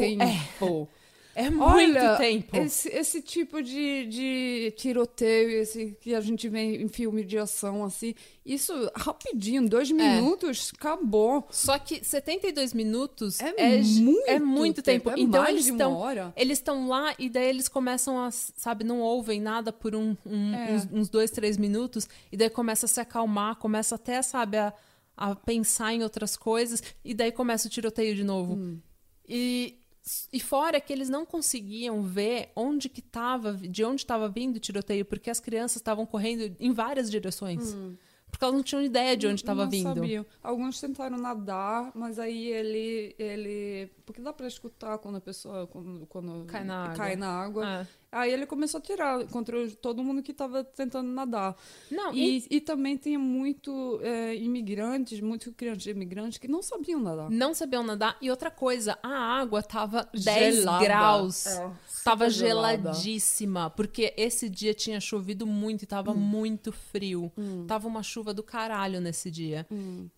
É muito tempo. Esse tipo de tiroteio, esse que a gente vê em filme de ação, assim, isso rapidinho, 2 minutos, acabou. Só que 72 minutos é muito tempo. Então mais de uma hora. Eles estão lá e daí eles começam a, sabe, não ouvem nada por uns 2, 3 minutos e daí começa a se acalmar, começa até, sabe, a pensar em outras coisas, e daí começa o tiroteio de novo. E fora que eles não conseguiam ver de onde estava vindo o tiroteio, porque as crianças estavam correndo em várias direções. Porque elas não tinham ideia de onde estava vindo. Sabiam. Alguns tentaram nadar, mas aí ele... Porque dá pra escutar quando a pessoa... Quando cai na água. Aí ele começou a atirar contra todo mundo que estava tentando nadar. Não, e também tinha muito muitos crianças imigrantes que não sabiam nadar. Não sabiam nadar. E outra coisa, a água tava 10 graus. Tava geladíssima. Porque esse dia tinha chovido muito e tava muito frio. Tava uma chuva do caralho nesse dia.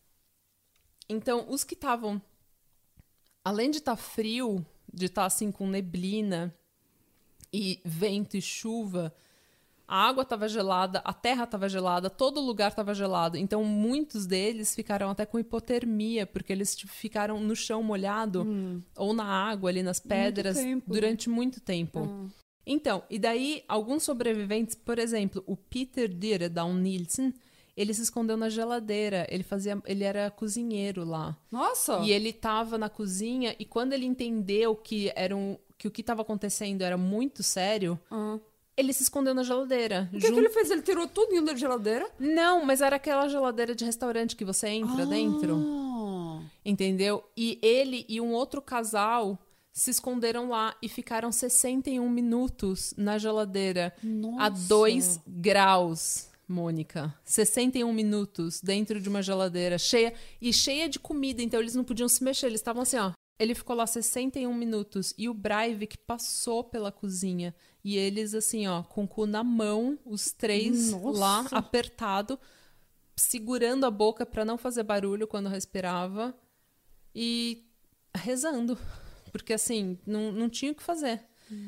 Então, os que estavam... Além de estar frio, de estar assim com neblina... e vento e chuva, a água estava gelada, a terra estava gelada, todo lugar estava gelado. Então, muitos deles ficaram até com hipotermia, porque eles ficaram no chão molhado ou na água, ali nas pedras, durante muito tempo. Então, e daí, alguns sobreviventes, por exemplo, o Peter Dyredal Nielsen, ele se escondeu na geladeira. Ele era cozinheiro lá. Nossa! E ele estava na cozinha, e quando ele entendeu que o que estava acontecendo era muito sério, ele se escondeu na geladeira. O que ele fez? Ele tirou tudo da geladeira? Não, mas era aquela geladeira de restaurante que você entra dentro. Entendeu? E ele e um outro casal se esconderam lá e ficaram 61 minutos na geladeira. Nossa. A 2 graus. Mônica, 61 minutos dentro de uma geladeira cheia de comida, então eles não podiam se mexer, eles estavam assim, ó. Ele ficou lá 61 minutos e o Breivik passou pela cozinha e eles assim, ó, com o cu na mão, os 3 lá, apertado, segurando a boca para não fazer barulho quando respirava e rezando, porque assim, não tinha o que fazer.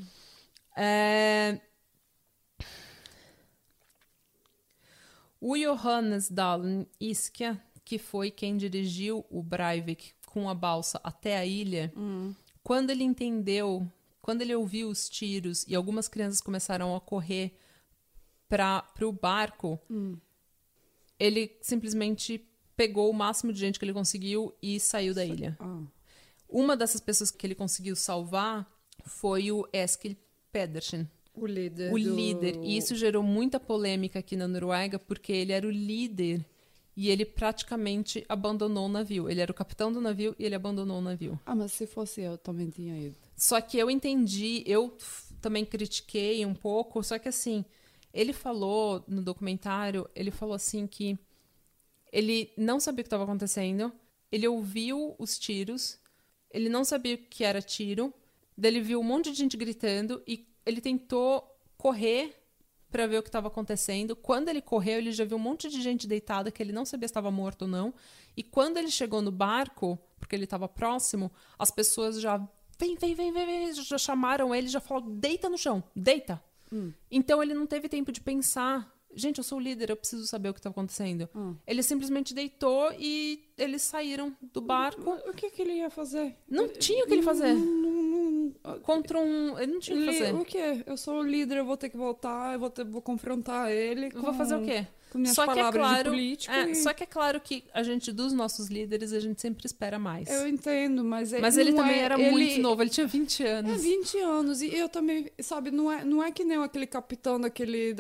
O Johannes Dahlen Iskia, que foi quem dirigiu o Breivik com a balsa até a ilha, quando ele ouviu os tiros e algumas crianças começaram a correr para o barco, ele simplesmente pegou o máximo de gente que ele conseguiu e saiu da ilha. Uma dessas pessoas que ele conseguiu salvar foi o Eskil Pedersen. O líder. E isso gerou muita polêmica aqui na Noruega, porque ele era o líder e ele praticamente abandonou o navio. Ele era o capitão do navio e ele abandonou o navio. Mas se fosse eu, também tinha ido. Só que eu entendi, eu também critiquei um pouco, só que assim, ele falou no documentário, ele falou assim que Ele não sabia o que estava acontecendo. Ele ouviu os tiros. Ele não sabia o que era tiro. Daí ele viu um monte de gente gritando e ele tentou correr para ver o que estava acontecendo. Quando ele correu, ele já viu um monte de gente deitada que ele não sabia se estava morto ou não. E quando ele chegou no barco, porque ele estava próximo, as pessoas já... Vem, já chamaram ele, já falaram, deita no chão, deita. Então ele não teve tempo de pensar... Gente, eu sou o líder, eu preciso saber o que está acontecendo. Ele simplesmente deitou e eles saíram do barco. O que ele ia fazer? Não tinha o que ele fazer. Contra um... Ele não tinha o que fazer. O quê? Eu sou o líder, eu vou ter que voltar, vou confrontar ele. Eu vou fazer o quê? Com minhas palavras de político. Só que é claro que a gente, dos nossos líderes, a gente sempre espera mais. Eu entendo, mas ele também era muito novo, ele tinha 20 anos. 20 anos. E eu também, sabe, não é que nem aquele capitão daquele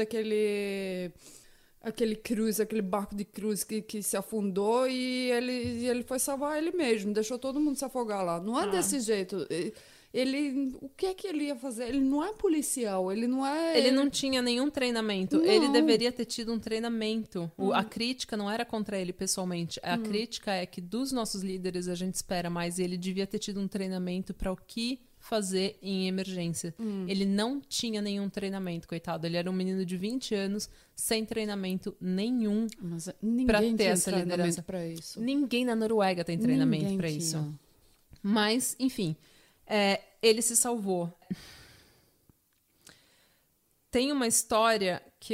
barco de cruz que se afundou e ele foi salvar ele mesmo, deixou todo mundo se afogar lá. Não é desse jeito. O que é que ele ia fazer? Ele não é policial, ele não é... Ele não tinha nenhum treinamento. Não. Ele deveria ter tido um treinamento. A crítica não era contra ele pessoalmente. A crítica é que dos nossos líderes a gente espera mais e ele devia ter tido um treinamento para o que fazer em emergência. Ele não tinha nenhum treinamento, coitado. Ele era um menino de 20 anos sem treinamento nenhum para ter essa liderança. Pra isso. Ninguém na Noruega tem treinamento para isso. Mas, enfim... ele se salvou. Tem uma história que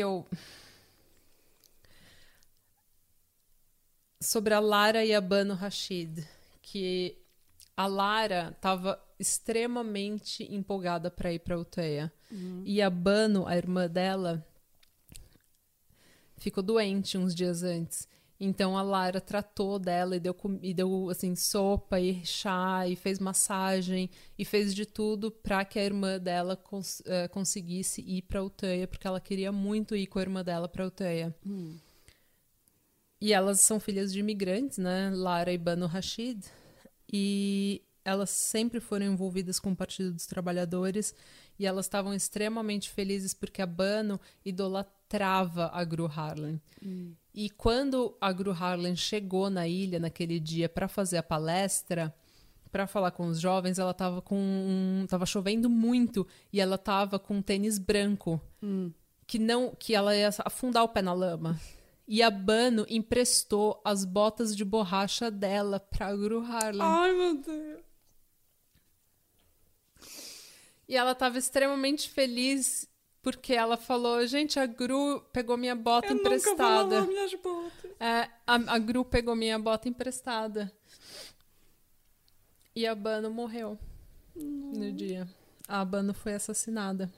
sobre a Lara e a Banu Rashid, que a Lara estava extremamente empolgada para ir para Uteia. E a Banu, a irmã dela, ficou doente uns dias antes. Então a Lara tratou dela e deu assim, sopa e chá e fez massagem e fez de tudo para que a irmã dela conseguisse ir para Uteia, porque ela queria muito ir com a irmã dela para Uteia. E elas são filhas de imigrantes, né? Lara e Banu Rashid. E elas sempre foram envolvidas com o Partido dos Trabalhadores e elas estavam extremamente felizes porque a Banu idolatrava a Gro Harlem. E quando a Gro Harlem chegou na ilha naquele dia para fazer a palestra, para falar com os jovens, ela tava chovendo muito e ela tava com um tênis branco, que ela ia afundar o pé na lama. E a Banu emprestou as botas de borracha dela pra Gro Harlem. Ai, meu Deus. E ela tava extremamente feliz porque ela falou, gente, a Gru pegou minha bota emprestada. Eu nunca vou lavar minhas botas. A Gru pegou minha bota emprestada. E a Banu morreu no dia. A Banu foi assassinada.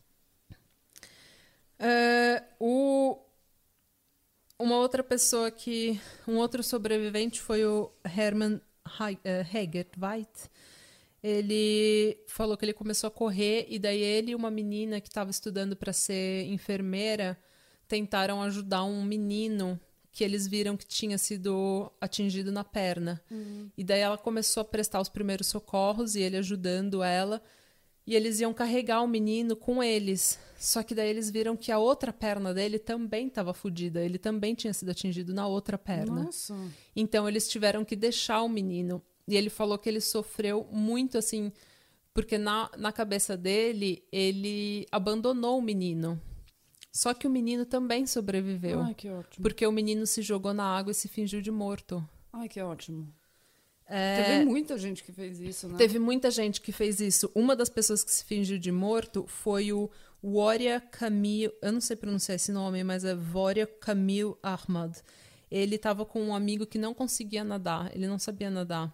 Uma outra pessoa um outro sobrevivente foi o Herman Hegertveit. Ele falou que ele começou a correr e daí ele e uma menina que estava estudando para ser enfermeira tentaram ajudar um menino que eles viram que tinha sido atingido na perna. E daí ela começou a prestar os primeiros socorros e ele ajudando ela. E eles iam carregar o menino com eles. Só que daí eles viram que a outra perna dele também estava fodida. Ele também tinha sido atingido na outra perna. Nossa. Então eles tiveram que deixar o menino. E ele falou que ele sofreu muito, assim, porque na cabeça dele, ele abandonou o menino. Só que o menino também sobreviveu. Ai, que ótimo. Porque o menino se jogou na água e se fingiu de morto. Ai, que ótimo. Teve muita gente que fez isso, né? Teve muita gente que fez isso. Uma das pessoas que se fingiu de morto foi o Woria Kamil... Eu não sei pronunciar esse nome, mas é Woria Kamil Ahmad. Ele estava com um amigo que não conseguia nadar. Ele não sabia nadar.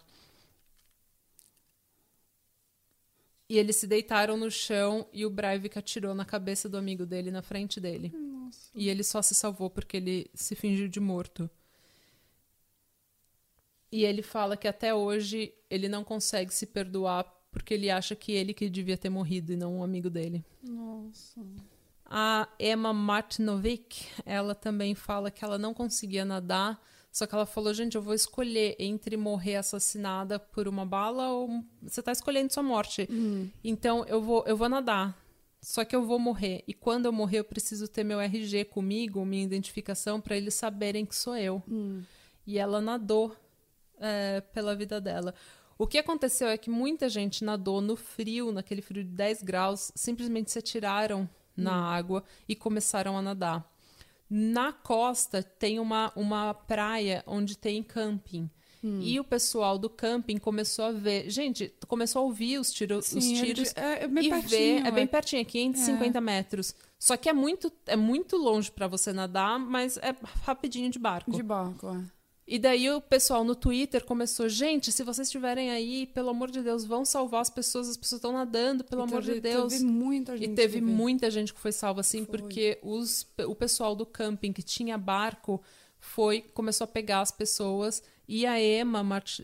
E eles se deitaram no chão e o Breivik atirou na cabeça do amigo dele, na frente dele. Nossa. E ele só se salvou porque ele se fingiu de morto. E ele fala que até hoje ele não consegue se perdoar porque ele acha que ele que devia ter morrido e não um amigo dele. Nossa. A Emma Martinovic, ela também fala que ela não conseguia nadar. Só que ela falou, gente, eu vou escolher entre morrer assassinada por uma bala ou você tá escolhendo sua morte. Então eu vou nadar. Só que eu vou morrer. E quando eu morrer, eu preciso ter meu RG comigo, minha identificação, para eles saberem que sou eu. E ela nadou pela vida dela. O que aconteceu é que muita gente nadou no frio, naquele frio de 10 graus, simplesmente se atiraram na água e começaram a nadar. Na costa tem uma praia onde tem camping. E o pessoal do camping começou a ver. Gente, começou a ouvir os tiros é bem e pertinho, ver. É bem pertinho, é 550 metros. Só que é muito longe para você nadar, mas é rapidinho de barco. De barco, E daí o pessoal no Twitter começou, gente, se vocês estiverem aí, pelo amor de Deus, vão salvar as pessoas estão nadando, pelo amor de Deus. Teve muita gente. E teve muita gente que foi salva, assim, porque o pessoal do camping que tinha barco começou a pegar as pessoas, e a Emma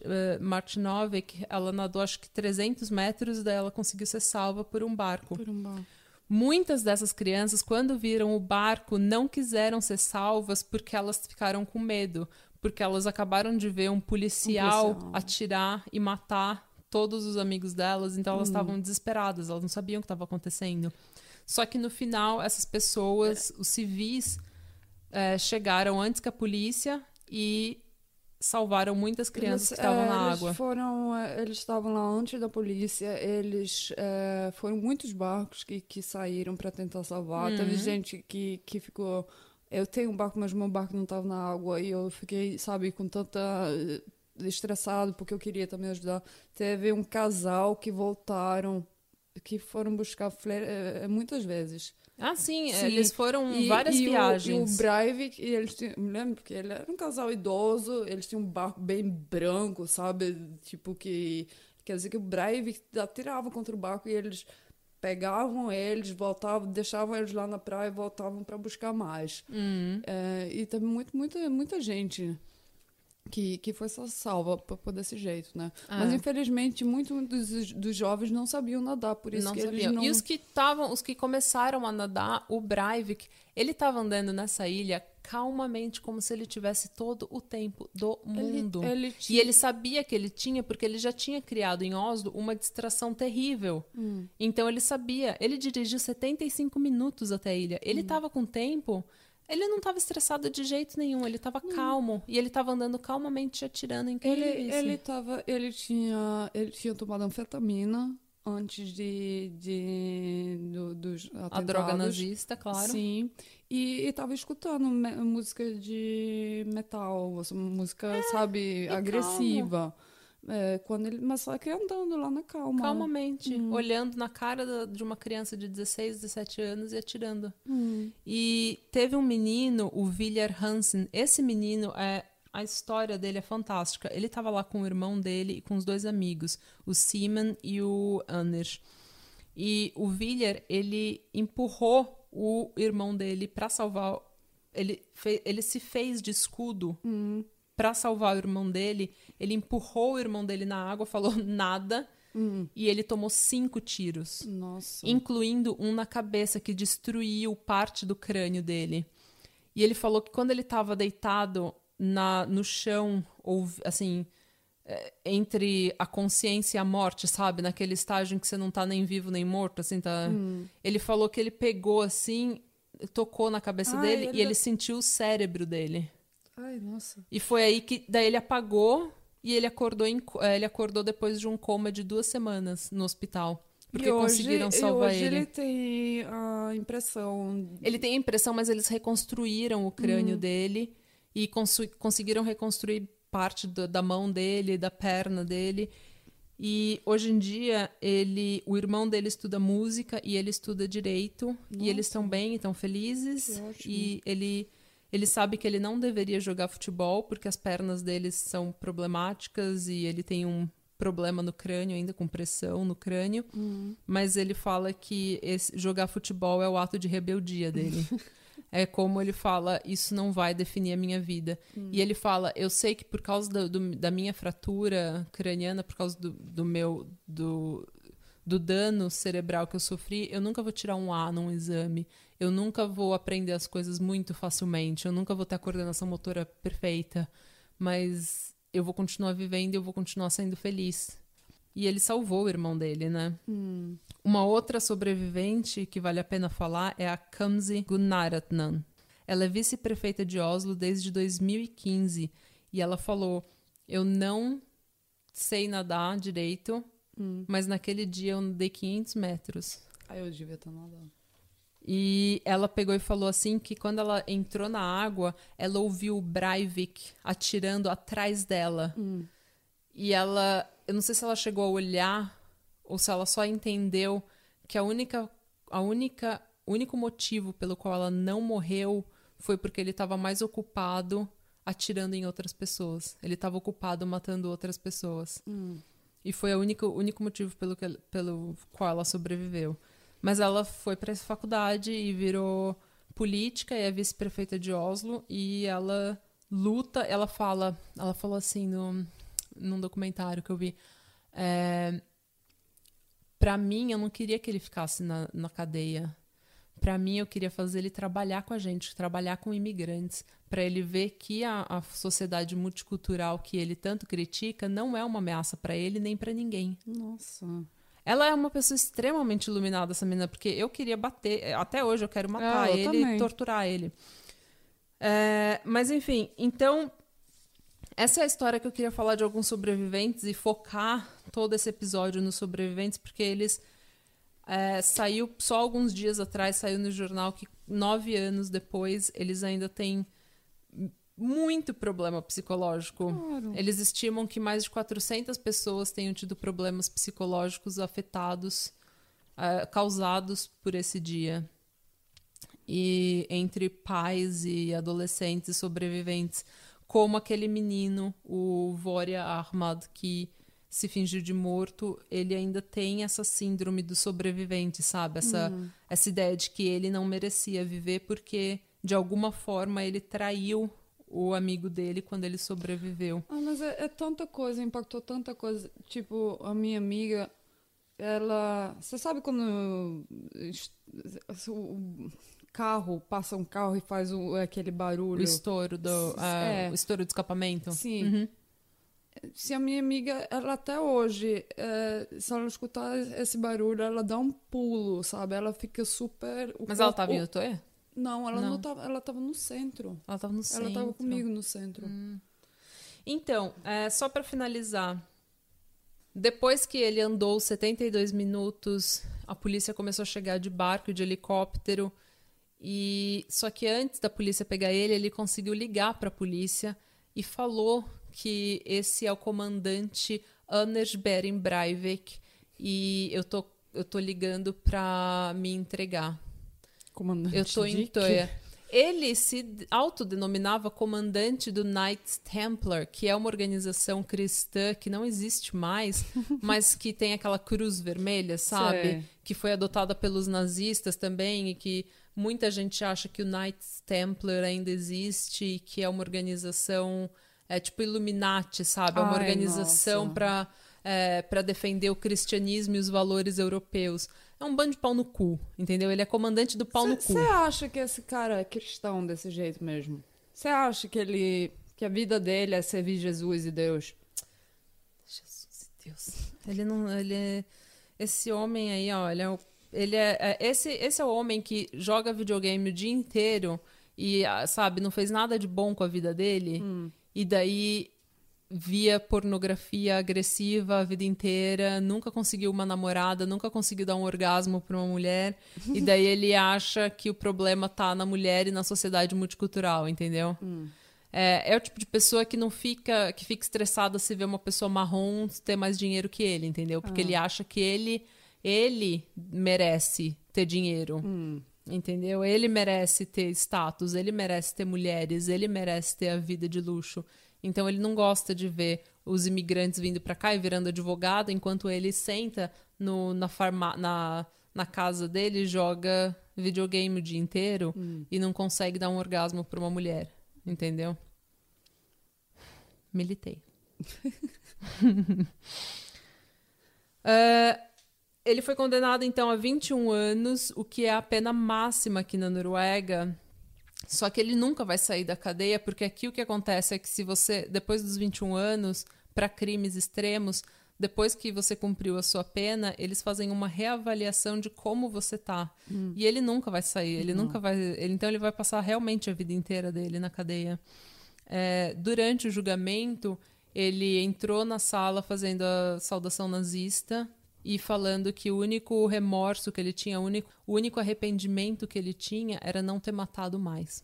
Martinovic, ela nadou acho que 300 metros, e daí ela conseguiu ser salva por um barco. Muitas dessas crianças, quando viram o barco, não quiseram ser salvas porque elas ficaram com medo. Porque elas acabaram de ver um policial atirar e matar todos os amigos delas, então elas estavam desesperadas, elas não sabiam o que estava acontecendo. Só que no final, essas pessoas, os civis, chegaram antes que a polícia e salvaram muitas crianças que estavam na água. Eles estavam lá antes da polícia, foram muitos barcos que saíram para tentar salvar. Teve gente que ficou... Eu tenho um barco, mas meu barco não estava na água. E eu fiquei, sabe, com tanta... estressado, porque eu queria também ajudar. Teve um casal que voltaram, que foram buscar muitas vezes. Ah, sim. Eles foram várias viagens. E o Breivik, me lembro, porque ele era um casal idoso, eles tinham um barco bem branco, sabe? Tipo que... Quer dizer que o Breivik atirava contra o barco e eles... pegavam eles, voltavam, deixavam eles lá na praia e voltavam para buscar mais. E teve muita gente que foi só salva por desse jeito, né? Mas, infelizmente, muitos dos jovens não sabiam nadar, por isso que eles não... E os que começaram a nadar, o Breivik, ele estava andando nessa ilha calmamente, como se ele tivesse todo o tempo do mundo. E ele sabia que ele tinha, porque ele já tinha criado em Oslo uma distração terrível. Então ele sabia. Ele dirigiu 75 minutos até a ilha. Ele estava com tempo... Ele não estava estressado de jeito nenhum, ele estava calmo. E ele estava andando calmamente, atirando em quem ele tinha tomado anfetamina antes dos atentados. A droga nazista, claro. Sim. E estava escutando música de metal, música, sabe, agressiva. Mas só que andando lá na calma. Calmamente, olhando na cara de uma criança de 16, 17 anos e atirando. E teve um menino, o Viljar Hansen. Esse menino, a história dele é fantástica. Ele estava lá com o irmão dele e com os dois amigos, o Simon e o Anders. E o Viljar, ele empurrou o irmão dele para salvar... Ele se fez de escudo para salvar o irmão dele. Ele empurrou o irmão dele na água, falou nada, e ele tomou 5 tiros. Nossa. Incluindo um na cabeça, que destruiu parte do crânio dele. E ele falou que quando ele estava deitado no chão, ou assim, entre a consciência e a morte, sabe? Naquele estágio em que você não tá nem vivo nem morto, assim, tá... Ele falou que ele pegou assim, tocou na cabeça dele e ele sentiu o cérebro dele. Ai, nossa. E foi aí que daí ele apagou e ele acordou depois de um coma de 2 semanas no hospital. Porque conseguiram salvar ele. Ele tem a impressão... Ele tem a impressão, mas eles reconstruíram o crânio dele e conseguiram reconstruir parte da mão dele, da perna dele. E hoje em dia, o irmão dele estuda música e ele estuda direito. Nossa. E eles estão bem, estão felizes. E ele sabe que ele não deveria jogar futebol porque as pernas dele são problemáticas e ele tem um problema no crânio ainda, com pressão no crânio. Mas ele fala que jogar futebol é o ato de rebeldia dele. É como ele fala, isso não vai definir a minha vida. E ele fala, eu sei que por causa da minha fratura craniana, por causa do dano cerebral que eu sofri, eu nunca vou tirar um A num exame. Eu nunca vou aprender as coisas muito facilmente. Eu nunca vou ter a coordenação motora perfeita. Mas eu vou continuar vivendo e eu vou continuar sendo feliz. e ele salvou o irmão dele, né? Uma outra sobrevivente que vale a pena falar é a Kamsi Gunaratnam. Ela é vice-prefeita de Oslo desde 2015 e ela falou, eu não sei nadar direito, mas naquele dia eu nadei 500 metros. Eu devia estar nadando. E ela pegou e falou assim que quando ela entrou na água, ela ouviu o Breivik atirando atrás dela. E ela, eu não sei se ela chegou a olhar ou se ela só entendeu que o único motivo pelo qual ela não morreu foi porque ele estava mais ocupado atirando em outras pessoas. Ele estava ocupado matando outras pessoas. E foi o único motivo pelo qual ela sobreviveu. Mas ela foi para essa faculdade e virou política e é vice-prefeita de Oslo. E ela luta, ela falou assim num documentário que eu vi. Pra mim, eu não queria que ele ficasse na cadeia. Pra mim, eu queria fazer ele trabalhar com a gente, trabalhar com imigrantes, pra ele ver que a sociedade multicultural que ele tanto critica não é uma ameaça pra ele nem pra ninguém. Nossa. Ela é uma pessoa extremamente iluminada, essa menina, porque eu queria bater, até hoje eu quero matar ele e torturar ele. Mas enfim, então, essa é a história que eu queria falar de alguns sobreviventes e focar todo esse episódio nos sobreviventes, porque eles... saiu só alguns dias atrás, saiu no jornal que 9 anos depois eles ainda têm muito problema psicológico. Claro. Eles estimam que mais de 400 pessoas tenham tido problemas psicológicos afetados, causados por esse dia. E entre pais e adolescentes sobreviventes, como aquele menino, o Voria Ahmad, que se fingiu de morto, ele ainda tem essa síndrome do sobrevivente, sabe? Essa ideia de que ele não merecia viver porque, de alguma forma, ele traiu o amigo dele quando ele sobreviveu. Mas é tanta coisa, impactou tanta coisa. Tipo, a minha amiga, ela... Você sabe quando o carro, passa um carro e faz aquele barulho? O estouro o estouro do escapamento? Sim. Uhum. Se a minha amiga, ela até hoje, se ela escutar esse barulho, ela dá um pulo, sabe? Ela fica super... Mas ela tava em Otoê? Não, ela tava, ela tava no centro. Ela tava no centro. Ela tava comigo no centro. Então, só pra finalizar, depois que ele andou 72 minutos, a polícia começou a chegar de barco e de helicóptero, só que antes da polícia pegar ele conseguiu ligar pra polícia e falou que esse é o comandante Anders Behring Breivik e eu tô ligando pra me entregar. Comandante eu tô em Otoê. Ele se autodenominava comandante do Knights Templar, que é uma organização cristã que não existe mais, mas que tem aquela cruz vermelha, sabe? Sei. Que foi adotada pelos nazistas também e que muita gente acha que o Knights Templar ainda existe e que é uma organização... tipo Illuminati, sabe? É uma organização para defender o cristianismo e os valores europeus. É um bando de pau no cu, entendeu? Ele é comandante do pau no cu. Você acha que esse cara é cristão desse jeito mesmo? Você acha que a vida dele é servir Jesus e Deus? Jesus e Deus. Esse homem aí, ó, esse é o homem que joga videogame o dia inteiro e, sabe, não fez nada de bom com a vida dele. E daí via pornografia agressiva a vida inteira, nunca conseguiu uma namorada, nunca conseguiu dar um orgasmo para uma mulher, e daí ele acha que o problema tá na mulher e na sociedade multicultural, entendeu? É o tipo de pessoa que que fica estressada se vê uma pessoa marrom ter mais dinheiro que ele, entendeu? Porque ele acha que ele merece ter dinheiro. Entendeu? Ele merece ter status, ele merece ter mulheres, ele merece ter a vida de luxo. Então ele não gosta de ver os imigrantes vindo pra cá e virando advogado, enquanto ele senta na casa dele e joga videogame o dia inteiro e não consegue dar um orgasmo pra uma mulher. Entendeu? Militei. Ele foi condenado, então, a 21 anos, o que é a pena máxima aqui na Noruega. Só que ele nunca vai sair da cadeia, porque aqui o que acontece é que se você, depois dos 21 anos, para crimes extremos, depois que você cumpriu a sua pena, eles fazem uma reavaliação de como você tá. E ele nunca vai sair, ele nunca vai... Então ele vai passar realmente a vida inteira dele na cadeia. Durante o julgamento, ele entrou na sala fazendo a saudação nazista e falando que o único remorso que ele tinha, o único arrependimento que ele tinha era não ter matado mais.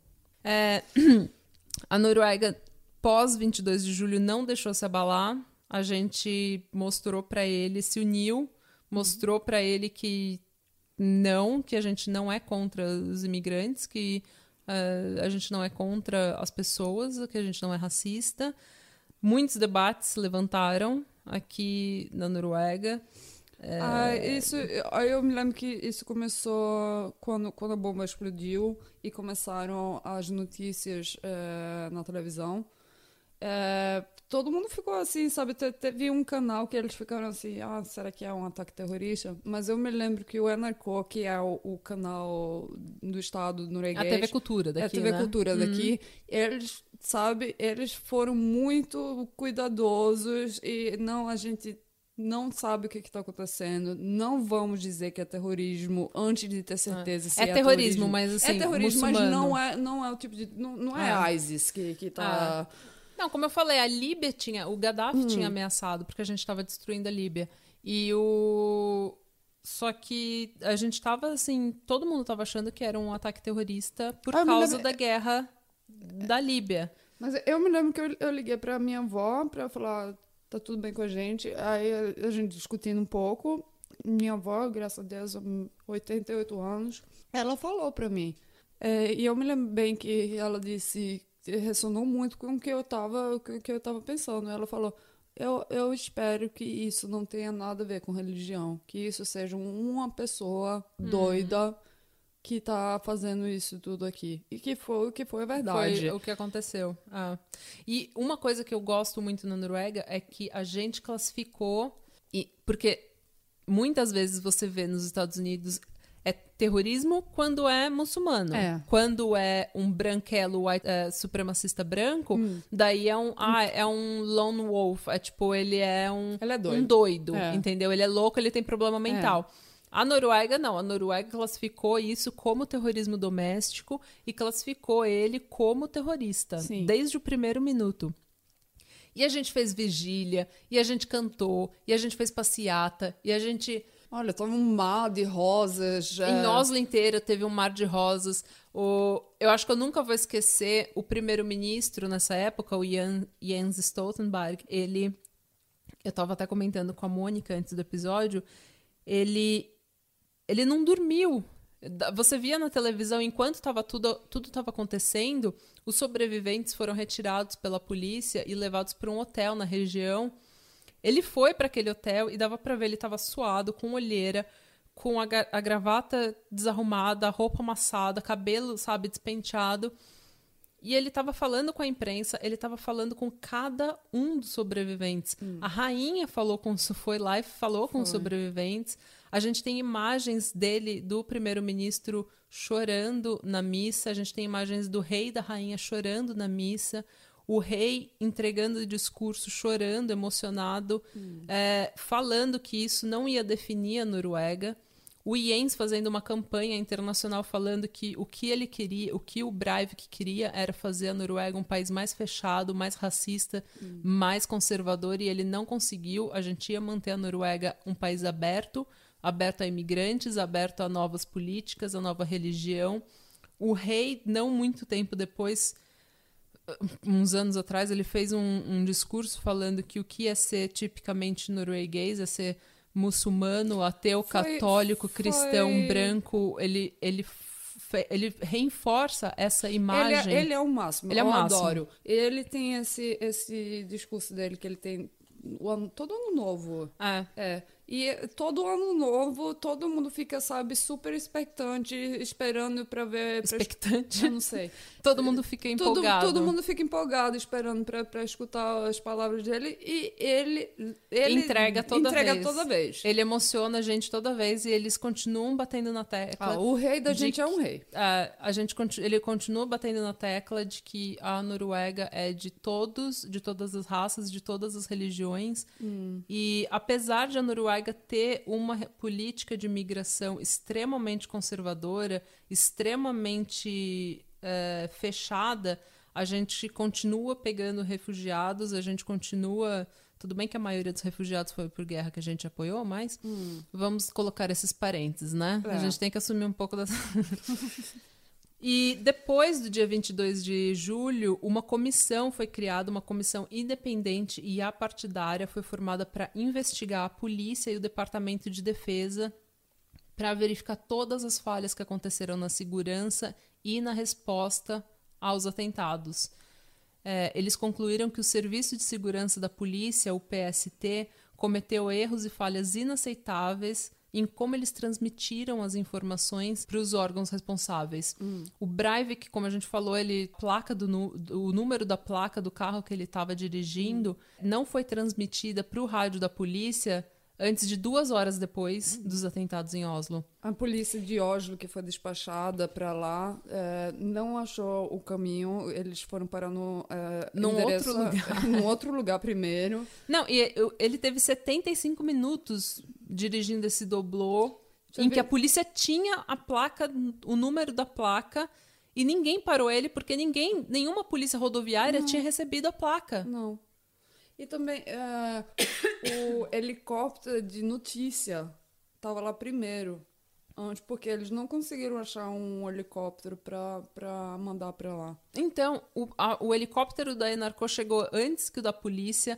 A Noruega, pós 22 de julho, não deixou se abalar. A gente mostrou para ele, se uniu, mostrou para ele que a gente não é contra os imigrantes, que a gente não é contra as pessoas, que a gente não é racista. Muitos debates se levantaram aqui na Noruega. Eu me lembro que isso começou quando a bomba explodiu e começaram as notícias na televisão. Todo mundo ficou assim, sabe? Teve um canal que eles ficaram assim, será que é um ataque terrorista? Mas eu me lembro que o NRK, que é o canal do Estado norueguês... A TV Cultura daqui, a TV Cultura daqui, eles foram muito cuidadosos e a gente não sabe o que está acontecendo, não vamos dizer que é terrorismo antes de ter certeza se é terrorismo, mas assim, é terrorismo, muçulmano. mas não é o tipo de... Não é ISIS que tá... Não, como eu falei, a Líbia o Gaddafi tinha ameaçado, porque a gente estava destruindo a Líbia. Só que a gente estava assim, todo mundo estava achando que era um ataque terrorista por causa da guerra da Líbia. Mas eu me lembro que eu liguei pra minha avó pra falar, tá tudo bem com a gente. Aí a gente discutindo um pouco. Minha avó, graças a Deus, 88 anos, ela falou pra mim. E eu me lembro bem que ela disse... ressonou muito com o que eu tava pensando. Ela falou, eu espero que isso não tenha nada a ver com religião, que isso seja uma pessoa doida que tá fazendo isso tudo aqui. E que foi a verdade. Foi o que aconteceu. E uma coisa que eu gosto muito na Noruega é que a gente classificou, porque muitas vezes você vê nos Estados Unidos... É terrorismo quando é muçulmano. Quando é um branquelo supremacista branco, daí é um lone wolf. Ele é um doido, entendeu? Ele é louco, ele tem problema mental. A Noruega não. A Noruega classificou isso como terrorismo doméstico e classificou ele como terrorista. Sim. Desde o primeiro minuto. E a gente fez vigília, e a gente cantou, e a gente fez passeata, e a gente... Olha, tava um mar de rosas. Em Oslo inteira teve um mar de rosas. Eu acho que eu nunca vou esquecer o primeiro-ministro nessa época, o Jens Stoltenberg. Eu estava até comentando com a Mônica antes do episódio. Ele não dormiu. Você via na televisão, enquanto tudo estava acontecendo, os sobreviventes foram retirados pela polícia e levados para um hotel na região. Ele foi para aquele hotel e dava para ver, ele estava suado, com olheira, com a gravata desarrumada, a roupa amassada, cabelo, sabe, despenteado. E ele estava falando com a imprensa, ele estava falando com cada um dos sobreviventes. A rainha foi lá e falou com os sobreviventes. A gente tem imagens do primeiro-ministro chorando na missa, a gente tem imagens do rei e da rainha chorando na missa. O rei entregando o discurso, chorando, emocionado, falando que isso não ia definir a Noruega. O Jens fazendo uma campanha internacional falando que o que ele queria, o que o Breivik queria era fazer a Noruega um país mais fechado, mais racista, mais conservador, e ele não conseguiu. A gente ia manter a Noruega um país aberto a imigrantes, aberto a novas políticas, a nova religião. O rei, não muito tempo depois... uns anos atrás, ele fez um discurso falando que o que é ser tipicamente norueguês, é ser muçulmano, ateu, católico, cristão, branco. Ele reforça essa imagem. Ele é o máximo, eu adoro. Ele tem esse discurso dele que ele tem todo ano novo. E todo ano novo, todo mundo fica, sabe, super expectante, esperando pra ver... Expectante? Eu não sei. Todo mundo fica empolgado. Todo mundo fica empolgado, esperando pra escutar as palavras dele. E ele entrega toda vez. Ele emociona a gente toda vez e eles continuam batendo na tecla. O rei da gente é um rei. Ele continua batendo na tecla de que a Noruega é de todas as raças, de todas as religiões. E apesar de a Noruega ter uma política de migração extremamente conservadora, extremamente fechada, a gente continua pegando refugiados, a gente continua... Tudo bem que a maioria dos refugiados foi por guerra que a gente apoiou, mas vamos colocar esses parênteses, né? A gente tem que assumir um pouco dessa... E depois do dia 22 de julho, uma comissão foi criada, uma comissão independente e apartidária foi formada para investigar a polícia e o Departamento de Defesa para verificar todas as falhas que aconteceram na segurança e na resposta aos atentados. Eles concluíram que o Serviço de Segurança da Polícia, o PST, cometeu erros e falhas inaceitáveis em como eles transmitiram as informações para os órgãos responsáveis. O Breivik, como a gente falou, o número da placa do carro que ele estava dirigindo não foi transmitida para o rádio da polícia antes de 2 horas depois dos atentados em Oslo. A polícia de Oslo, que foi despachada para lá, não achou o caminho. Eles foram parar num outro lugar primeiro. Não, e ele teve 75 minutos dirigindo esse doblô, em que a polícia tinha a placa, o número da placa, e ninguém parou ele, porque nenhuma polícia rodoviária tinha recebido a placa. Não. E também o helicóptero de notícia estava lá primeiro, antes, porque eles não conseguiram achar um helicóptero para mandar para lá. Então, o helicóptero da Enarco chegou antes que o da polícia.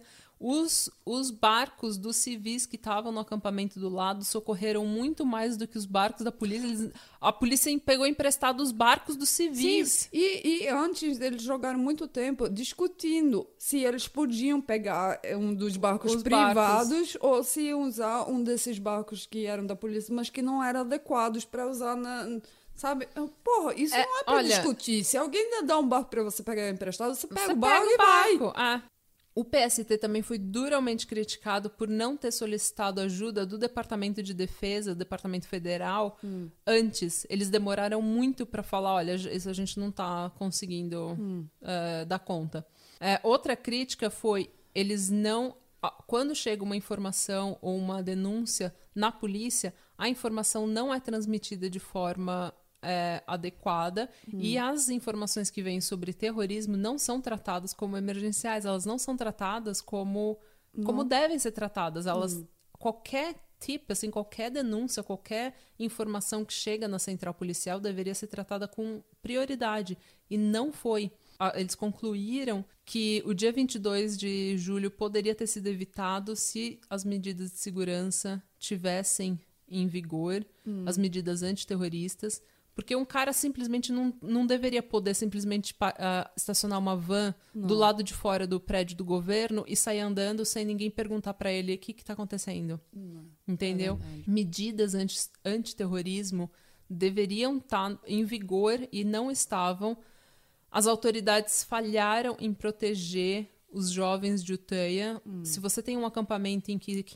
Os barcos dos civis que estavam no acampamento do lado socorreram muito mais do que os barcos da polícia. A polícia pegou emprestado os barcos dos civis. Sim, e antes eles jogaram muito tempo discutindo se eles podiam pegar um dos barcos privados ou se iam usar um desses barcos que eram da polícia, mas que não eram adequados para usar sabe? Porra, isso não é para discutir. Se alguém dá um barco para você pegar emprestado, você pega o barco e vai. O PST também foi duramente criticado por não ter solicitado ajuda do Departamento de Defesa, do Departamento Federal, antes. Eles demoraram muito para falar, olha, isso a gente não está conseguindo dar conta. Outra crítica foi, eles não... Quando chega uma informação ou uma denúncia na polícia, a informação não é transmitida de forma... adequada e as informações que vêm sobre terrorismo não são tratadas como emergenciais, elas não são tratadas como devem ser tratadas. Qualquer tipo, assim, qualquer denúncia, qualquer informação que chega na central policial deveria ser tratada com prioridade e não foi. Eles concluíram que o dia 22 de julho poderia ter sido evitado se as medidas de segurança tivessem em vigor, as medidas antiterroristas. Porque um cara simplesmente não deveria poder simplesmente estacionar uma van do lado de fora do prédio do governo e sair andando sem ninguém perguntar para ele o que está acontecendo. Entendeu? Medidas antiterrorismo deveriam estar em vigor e não estavam. As autoridades falharam em proteger os jovens de Utøya. Se você tem um acampamento em que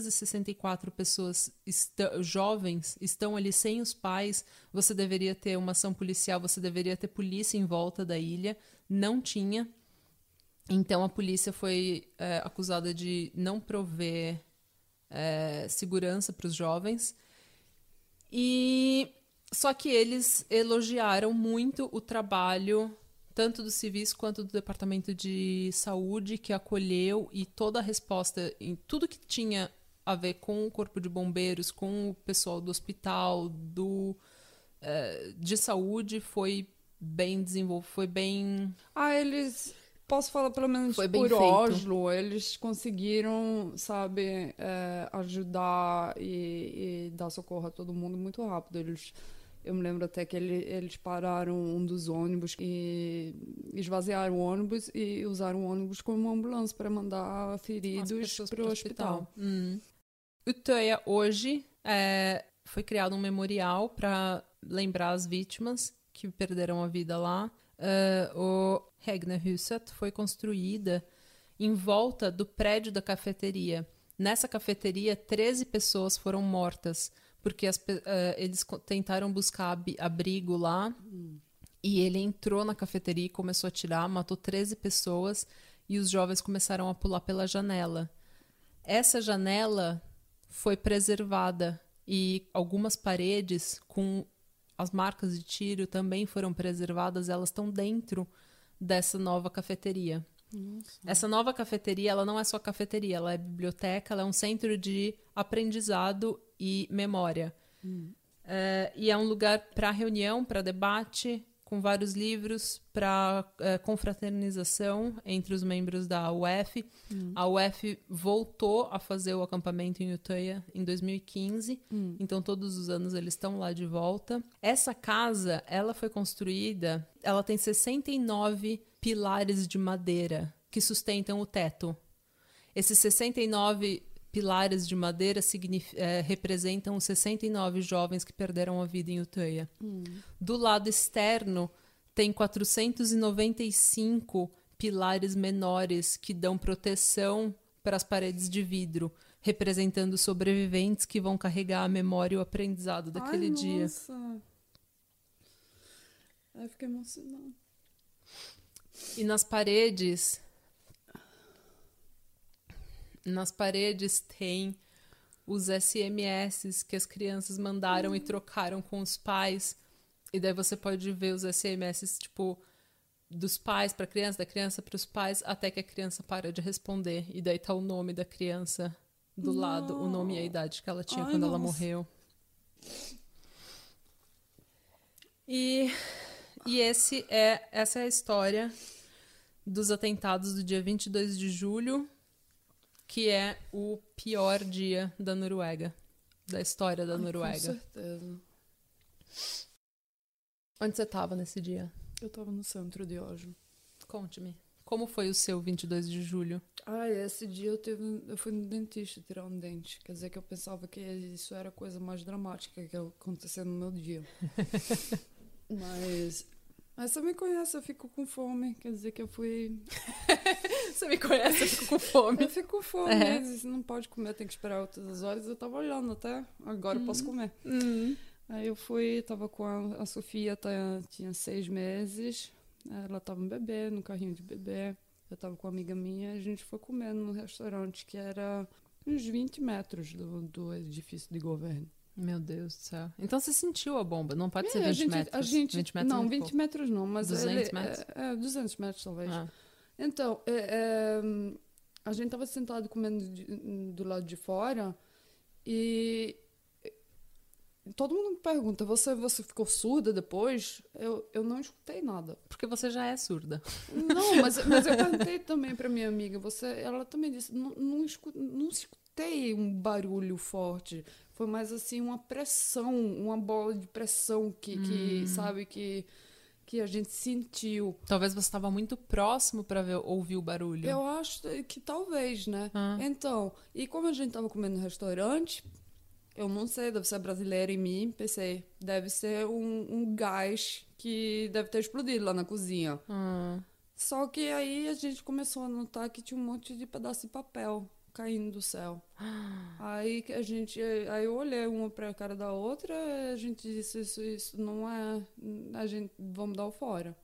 564 pessoas jovens estão ali sem os pais, você deveria ter uma ação policial, você deveria ter polícia em volta da ilha. Não tinha. Então a polícia foi acusada de não prover segurança para os jovens. Só que eles elogiaram muito o trabalho tanto dos civis quanto do Departamento de Saúde, que acolheu, e toda a resposta em tudo que tinha a ver com o Corpo de Bombeiros, com o pessoal do hospital, de saúde, foi bem desenvolvido, foi bem... eles... Posso falar pelo menos foi por bem Oslo, eles conseguiram, sabe, ajudar e dar socorro a todo mundo muito rápido. Eu me lembro até que eles pararam um dos ônibus e esvaziaram o ônibus e usaram o ônibus como uma ambulância para mandar feridos para o hospital. Utøya hoje foi criado um memorial para lembrar as vítimas que perderam a vida lá. O Hegnehuset foi construída em volta do prédio da cafeteria. Nessa cafeteria, 13 pessoas foram mortas, porque eles tentaram buscar abrigo lá, e ele entrou na cafeteria e começou a atirar, matou 13 pessoas, e os jovens começaram a pular pela janela. Essa janela foi preservada, e algumas paredes com as marcas de tiro também foram preservadas, elas estão dentro dessa nova cafeteria. Nossa. Essa nova cafeteria, ela não é só cafeteria, ela é biblioteca, ela é um centro de aprendizado e memória. E é um lugar para reunião, para debate, com vários livros, para confraternização entre os membros da UF. A UF voltou a fazer o acampamento em Utøya em 2015, então todos os anos eles estão lá de volta. Essa casa, ela foi construída, ela tem 69 pilares de madeira que sustentam o teto. Esses 69 pilares de madeira representam os 69 jovens que perderam a vida em Utøya. Do lado externo, tem 495 pilares menores que dão proteção para as paredes de vidro, representando sobreviventes que vão carregar a memória e o aprendizado daquele dia. Nossa! Eu fiquei emocionada. E nas paredes tem os SMS que as crianças mandaram e trocaram com os pais. E daí você pode ver os SMS, tipo, dos pais para a criança, da criança para os pais, até que a criança para de responder. E daí tá o nome da criança do lado, o nome e a idade que ela tinha quando ela morreu. E essa é a história dos atentados do dia 22 de julho, que é o pior dia da Noruega, da história da Noruega. Com certeza. Onde você estava nesse dia? Eu estava no centro de Oslo. Conte-me. Como foi o seu 22 de julho? Esse dia eu fui no dentista tirar um dente. Quer dizer que eu pensava que isso era a coisa mais dramática que ia acontecer no meu dia. Mas você me conhece, eu fico com fome. Quer dizer que eu fui... Você me conhece, eu fico com fome. Eu fico com fome. Você não pode comer, tem que esperar outras horas. Eu tava olhando até, agora eu posso comer. Aí eu fui, tava com a Sofia, tinha 6 meses. Ela tava um bebê, no carrinho de bebê. Eu tava com uma amiga minha, a gente foi comer num restaurante que era uns 20 metros do edifício de governo. Meu Deus do céu. Então você sentiu a bomba, não pode ser 20 metros. 20 metros não, 20 metros não, mas 200 metros? 200 metros talvez. Então, a gente tava sentado comendo do lado de fora e todo mundo me pergunta, você ficou surda depois? Eu não escutei nada. Porque você já é surda. Não, mas eu perguntei também pra minha amiga, ela também disse, não escutei um barulho forte. Foi mais assim uma pressão, uma bola de pressão que sabe, que a gente sentiu. Talvez você estava muito próximo para ouvir o barulho. Eu acho que talvez, né? Então, e como a gente estava comendo no restaurante, eu não sei, deve ser brasileiro em mim, pensei, deve ser um gás que deve ter explodido lá na cozinha. Só que aí a gente começou a notar que tinha um monte de pedaço de papel caindo do céu. Aí eu olhei uma para a cara da outra, a gente disse, isso não é, vamos dar o fora.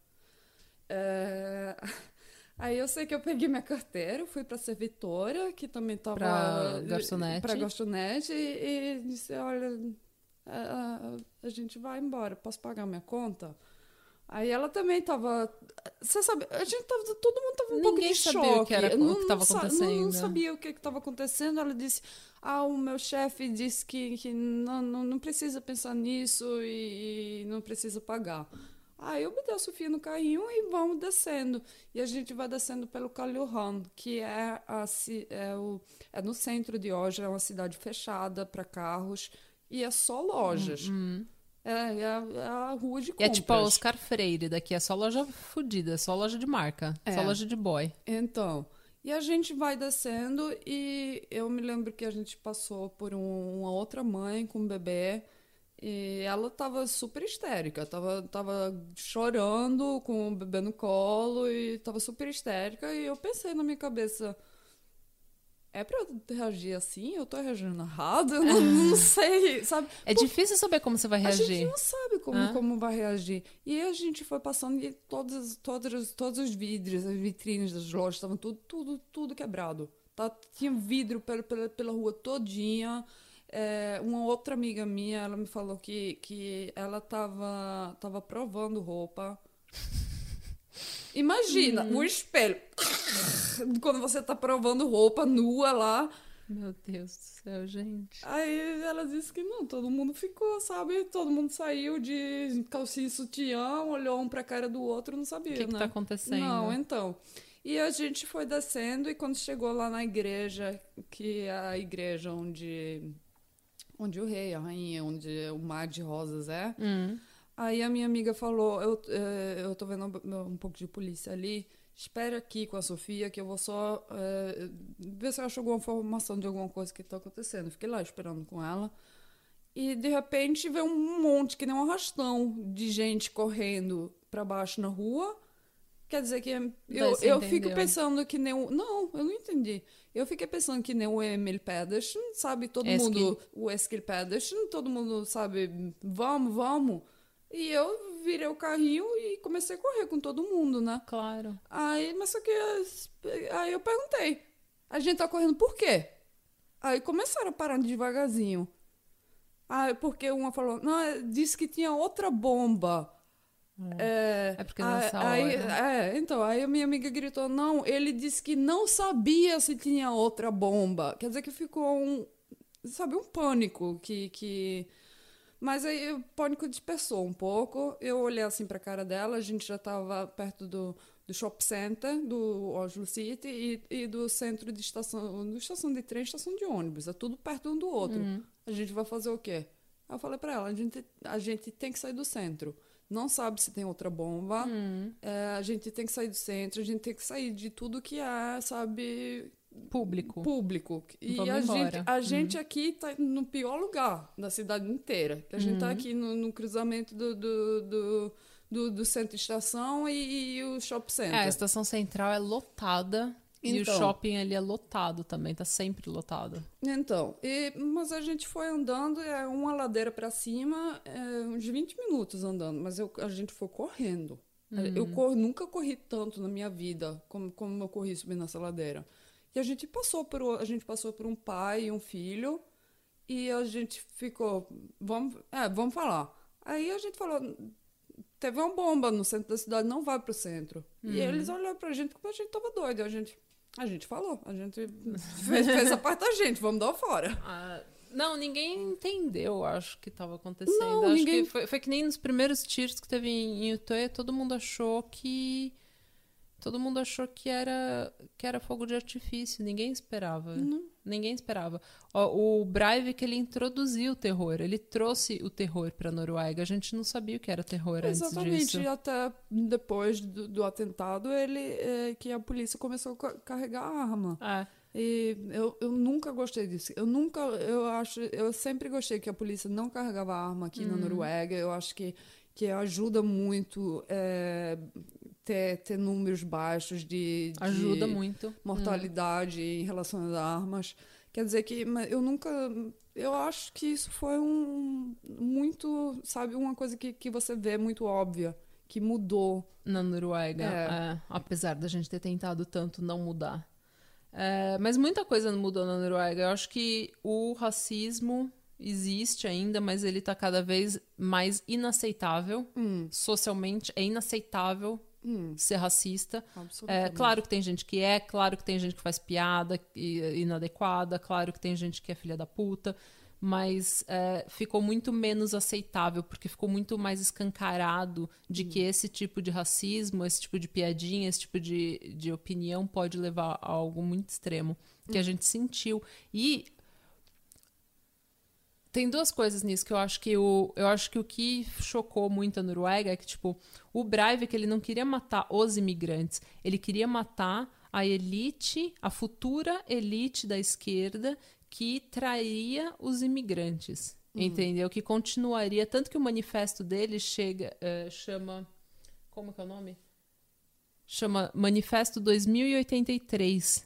Aí eu sei que eu peguei minha carteira, fui pra servitora, que também tava... Pra garçonete. E disse, olha, a gente vai embora, posso pagar minha conta? Aí ela também tava... Você sabe, todo mundo tava um pouco de choque. Ninguém sabia o que estava acontecendo. Não sabia o que estava acontecendo. Ela disse, o meu chefe disse que não precisa pensar nisso e não precisa pagar. Aí eu botei a Sofia no carrinho e vamos descendo. E a gente vai descendo pelo Karl Johan, que é no centro de Oslo, é uma cidade fechada para carros e é só lojas. É a rua de compras. É tipo a Oscar Freire, daqui é só loja fodida, é só loja de marca, só loja de boy. Então, E a gente vai descendo e eu me lembro que a gente passou por uma outra mãe com um bebê e ela tava super histérica, tava chorando com o bebê no colo e tava super histérica e eu pensei na minha cabeça, é pra eu reagir assim? Eu tô reagindo errado? Eu não sei, sabe? É difícil saber como você vai reagir. A gente não sabe como vai reagir. E a gente foi passando e todos os vidros, as vitrines das lojas estavam tudo quebrado. Tá? Tinha vidro pela rua todinha. Uma outra amiga minha, ela me falou que ela tava provando roupa. Imagina, o espelho. Quando você tá provando roupa nua lá. Meu Deus do céu, gente. Aí ela disse que não, todo mundo ficou, sabe? Todo mundo saiu de calcinha e sutiã, olhou um pra cara do outro, não sabia, O que tá acontecendo? Não, então. E a gente foi descendo e quando chegou lá na igreja, que é a igreja onde o rei, a rainha, onde o mar de rosas é... Aí a minha amiga falou, eu tô vendo um pouco de polícia ali, espera aqui com a Sofia que eu vou só ver se eu acho alguma informação de alguma coisa que tá acontecendo. Fiquei lá esperando com ela. E de repente veio um monte, que nem um arrastão de gente correndo pra baixo na rua. Quer dizer que eu fico pensando que nem o... Não, eu não entendi. Eu fiquei pensando que nem o Emil Pedersen, sabe? O Eskil Pedersen, todo mundo sabe, vamos. E eu virei o carrinho e comecei a correr com todo mundo, né? Claro. Aí eu perguntei, a gente tá correndo por quê? Aí começaram a parar devagarzinho. Aí porque uma falou, não, disse que tinha outra bomba. É porque nessa hora... Então, aí a minha amiga gritou, não, ele disse que não sabia se tinha outra bomba. Quer dizer que ficou um pânico que... Mas aí o pânico dispersou um pouco. Eu olhei assim pra cara dela, a gente já estava perto do shopping center, do Oslo City e do centro de estação de trem, estação de ônibus. É tudo perto um do outro. A gente vai fazer o quê? Aí eu falei pra ela, a gente tem que sair do centro. Não sabe se tem outra bomba. A gente tem que sair do centro, a gente tem que sair de tudo que é, sabe... Público. E a gente aqui tá no pior lugar da cidade inteira. A gente tá aqui no cruzamento do centro de estação e o shopping center. A estação central é lotada. Então, e o shopping ali é lotado também, tá sempre lotado. Então, mas a gente foi andando, uma ladeira pra cima, uns 20 minutos andando, mas a gente foi correndo. Eu nunca corri tanto na minha vida como eu corri subindo essa ladeira. E a gente passou por um pai e um filho e a gente ficou, vamos falar. Aí a gente falou, teve uma bomba no centro da cidade, não vai pro centro. E eles olharam pra gente como a gente tava doido. A gente falou, a gente fez a parte da gente, vamos dar fora. Não, ninguém entendeu, acho, o que estava acontecendo. Não, acho ninguém... que foi que nem nos primeiros tiros que teve em Utøya, todo mundo achou que era fogo de artifício. Ninguém esperava. Ninguém esperava. O Breivik, ele introduziu o terror. Ele trouxe o terror para a Noruega. A gente não sabia o que era terror antes disso. Exatamente. E até depois do atentado, que a polícia começou a carregar a arma. E eu nunca gostei disso. Eu sempre gostei que a polícia não carregava arma aqui na Noruega. Eu acho que ajuda muito ter números baixos de ajuda muito mortalidade em relação às armas. Quer dizer que eu acho que isso foi muito, sabe, uma coisa que você vê muito óbvia, que mudou na Noruega, apesar da gente ter tentado tanto não mudar. Mas muita coisa não mudou na Noruega. Eu acho que o racismo existe ainda, mas ele está cada vez mais inaceitável. Socialmente é inaceitável ser racista. Claro que tem gente que claro que tem gente que faz piada inadequada, claro que tem gente que é filha da puta, mas ficou muito menos aceitável, porque ficou muito mais escancarado de que esse tipo de racismo, esse tipo de piadinha, esse tipo de opinião pode levar a algo muito extremo, que a gente sentiu. E tem duas coisas nisso que eu acho que o que chocou muito a Noruega é que, tipo, o Breivik, ele não queria matar os imigrantes, ele queria matar a elite, a futura elite da esquerda que trairia os imigrantes, entendeu? Que continuaria, tanto que o manifesto dele chama... Como que é o nome? Chama Manifesto 2083,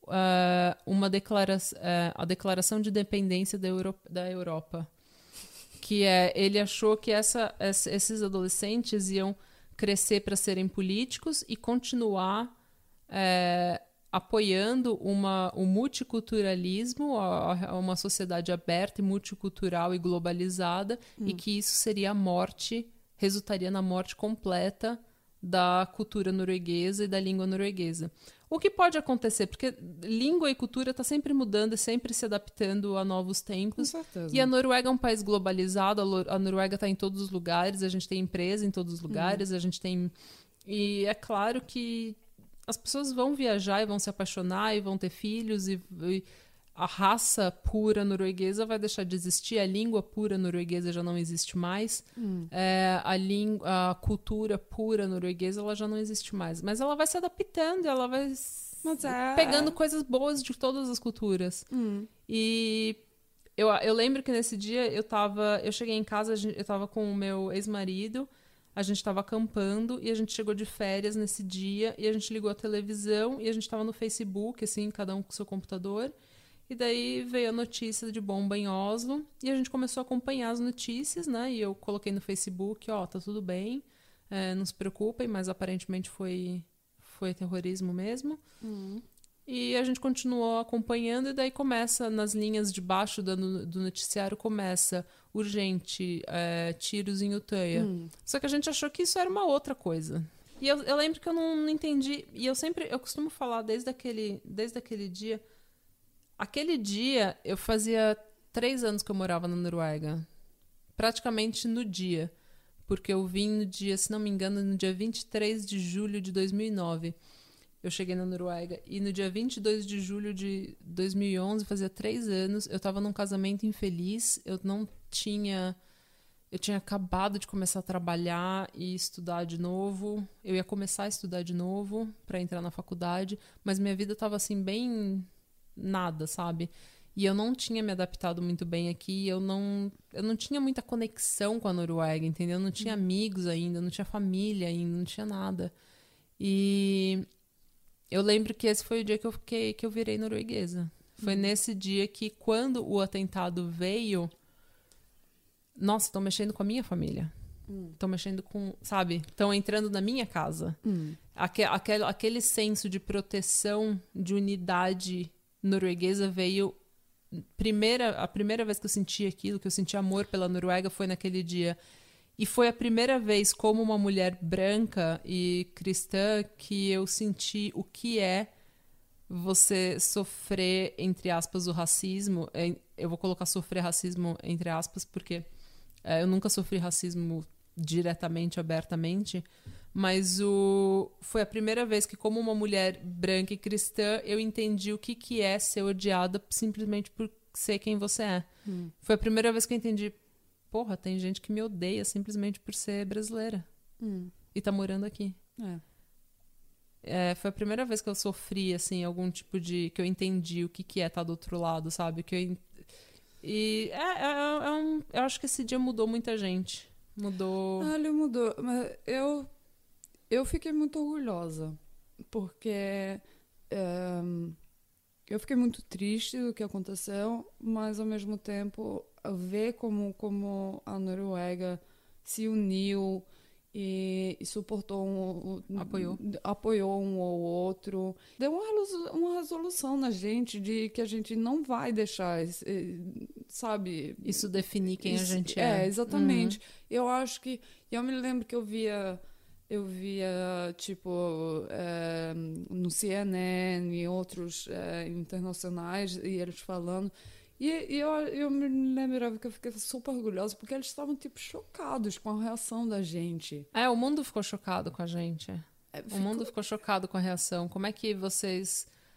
a Declaração de Independência da Europa. Que ele achou que esses adolescentes iam crescer para serem políticos e continuar apoiando o multiculturalismo, uma sociedade aberta e multicultural e globalizada, e que isso seria resultaria na morte completa da cultura norueguesa e da língua norueguesa. O que pode acontecer? Porque língua e cultura está sempre mudando e sempre se adaptando a novos tempos. Com certeza. E a Noruega é um país globalizado, a Noruega está em todos os lugares, a gente tem empresa em todos os lugares, a gente tem... E é claro que as pessoas vão viajar e vão se apaixonar e vão ter filhos e a raça pura norueguesa vai deixar de existir, a língua pura norueguesa já não existe mais, a cultura pura norueguesa ela já não existe mais. Mas ela vai se adaptando, ela vai pegando coisas boas de todas as culturas. E eu lembro que nesse dia eu cheguei em casa, eu estava com o meu ex-marido, a gente estava acampando e a gente chegou de férias nesse dia e a gente ligou a televisão e a gente estava no Facebook, assim, cada um com o seu computador. E daí veio a notícia de bomba em Oslo e a gente começou a acompanhar as notícias, né? E eu coloquei no Facebook, tá tudo bem, não se preocupem, mas aparentemente foi terrorismo mesmo. E a gente continuou acompanhando e daí começa, nas linhas de baixo do noticiário, começa urgente, tiros em Utøya. Só que a gente achou que isso era uma outra coisa. E eu lembro que eu não entendi, e eu costumo falar desde aquele dia. Aquele dia, eu fazia 3 anos que eu morava na Noruega. Praticamente no dia. Porque eu vim no dia, se não me engano, no dia 23 de julho de 2009. Eu cheguei na Noruega. E no dia 22 de julho de 2011, fazia 3 anos, eu estava num casamento infeliz. Eu tinha acabado de começar a trabalhar e estudar de novo. Eu ia começar a estudar de novo para entrar na faculdade. Mas minha vida estava assim, bem... nada, sabe? E eu não tinha me adaptado muito bem aqui, eu não tinha muita conexão com a Noruega, entendeu? Eu não tinha amigos ainda, não tinha família ainda, não tinha nada. E eu lembro que esse foi o dia que eu virei norueguesa. Foi nesse dia que, quando o atentado veio, nossa, estão mexendo com a minha família. Estão mexendo com, sabe? Estão entrando na minha casa. Aquele senso de proteção, de unidade norueguesa veio... A primeira vez que eu senti aquilo, que eu senti amor pela Noruega, foi naquele dia. E foi a primeira vez, como uma mulher branca e cristã, que eu senti o que é você sofrer, entre aspas, o racismo. Eu vou colocar sofrer racismo entre aspas, porque eu nunca sofri racismo diretamente, abertamente, mas foi a primeira vez que, como uma mulher branca e cristã, eu entendi o que é ser odiada simplesmente por ser quem você é. Foi a primeira vez que eu entendi, porra, tem gente que me odeia simplesmente por ser brasileira e tá morando aqui. Foi a primeira vez que eu sofri, assim, algum tipo de... que eu entendi o que é estar do outro lado, sabe? Eu acho que esse dia mudou muita gente. Mudou. Ele mudou, mas eu fiquei muito orgulhosa, porque eu fiquei muito triste do que aconteceu, mas ao mesmo tempo ver como a Noruega se uniu e suportou apoiou um ao outro, deu uma resolução na gente de que a gente não vai deixar, sabe, isso definir quem a gente é. Exatamente. Eu acho que eu me lembro que eu via tipo no CNN e outros internacionais e eles falando. E eu me lembrava que eu fiquei super orgulhosa porque eles estavam, tipo, chocados com a reação da gente. O mundo ficou chocado com a gente. O mundo ficou chocado com a reação. Como é que vocês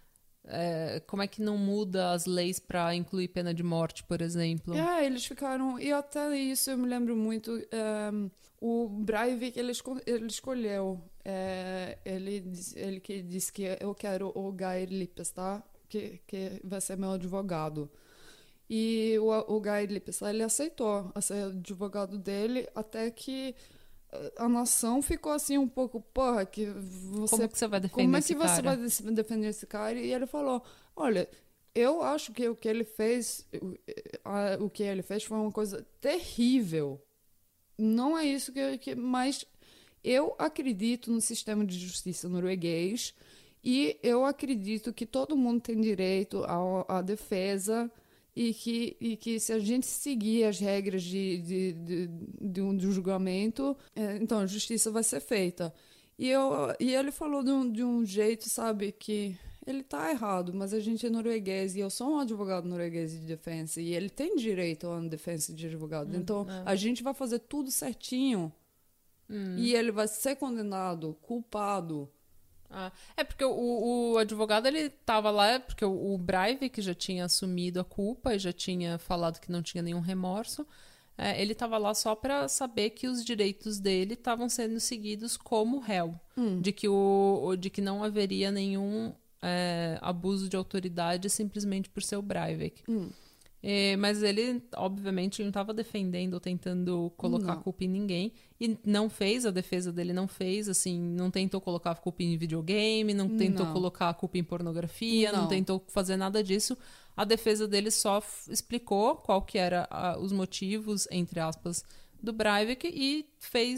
como é que não muda as leis para incluir pena de morte, por exemplo? Eles ficaram... E até isso eu me lembro muito... o Breivik, ele escolheu... ele que disse que eu quero o Geir Lippestad, que vai ser meu advogado. E o Geir Lippestad, ele aceitou a ser advogado dele, até que a nação ficou assim um pouco, porra, que você... Como que você vai defender esse cara? Como é que você vai defender esse cara? E ele falou, olha, eu acho que o que ele fez foi uma coisa terrível. Não é isso mas eu acredito no sistema de justiça norueguês e eu acredito que todo mundo tem direito à defesa e que se a gente seguir as regras de um julgamento, então a justiça vai ser feita. E ele falou de um jeito, sabe, que ele tá errado, mas a gente é norueguês e eu sou um advogado norueguês de defesa e ele tem direito a uma defesa de advogado. Então a gente vai fazer tudo certinho e ele vai ser condenado, culpado. Porque o advogado, ele tava lá porque o Breivik já tinha assumido a culpa e já tinha falado que não tinha nenhum remorso. Ele estava lá só para saber que os direitos dele estavam sendo seguidos como réu, de que não haveria nenhum abuso de autoridade simplesmente por ser o Breivik. Mas ele, obviamente, não estava defendendo ou tentando colocar a culpa em ninguém. E não fez, a defesa dele não fez, assim, não tentou colocar a culpa em videogame, não tentou colocar a culpa em pornografia, não tentou fazer nada disso. A defesa dele só explicou qual que era os motivos, entre aspas, do Breivik e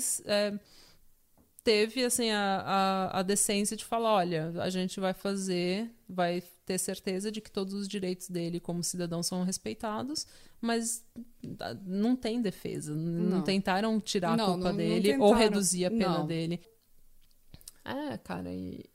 teve assim, a decência de falar, olha, a gente vai ter certeza de que todos os direitos dele como cidadão são respeitados, mas não tem defesa. Não tentaram tirar a culpa dele ou reduzir a pena dele. Cara,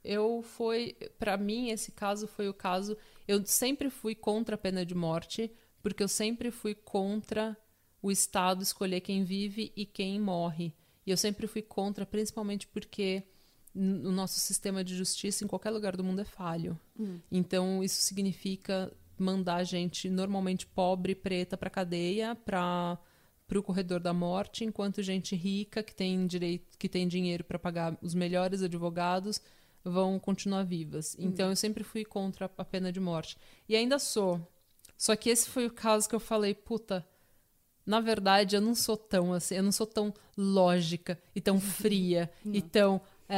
pra mim esse caso foi o caso... Eu sempre fui contra a pena de morte, porque eu sempre fui contra o Estado escolher quem vive e quem morre. E eu sempre fui contra, principalmente porque o nosso sistema de justiça em qualquer lugar do mundo é falho. Então, isso significa mandar gente normalmente pobre, preta, pra cadeia, pro corredor da morte, enquanto gente rica, que tem dinheiro para pagar os melhores advogados, vão continuar vivas. Então, eu sempre fui contra a pena de morte. E ainda sou. Só que esse foi o caso que eu falei, puta... Na verdade, eu não sou tão assim, eu não sou tão lógica e tão fria e tão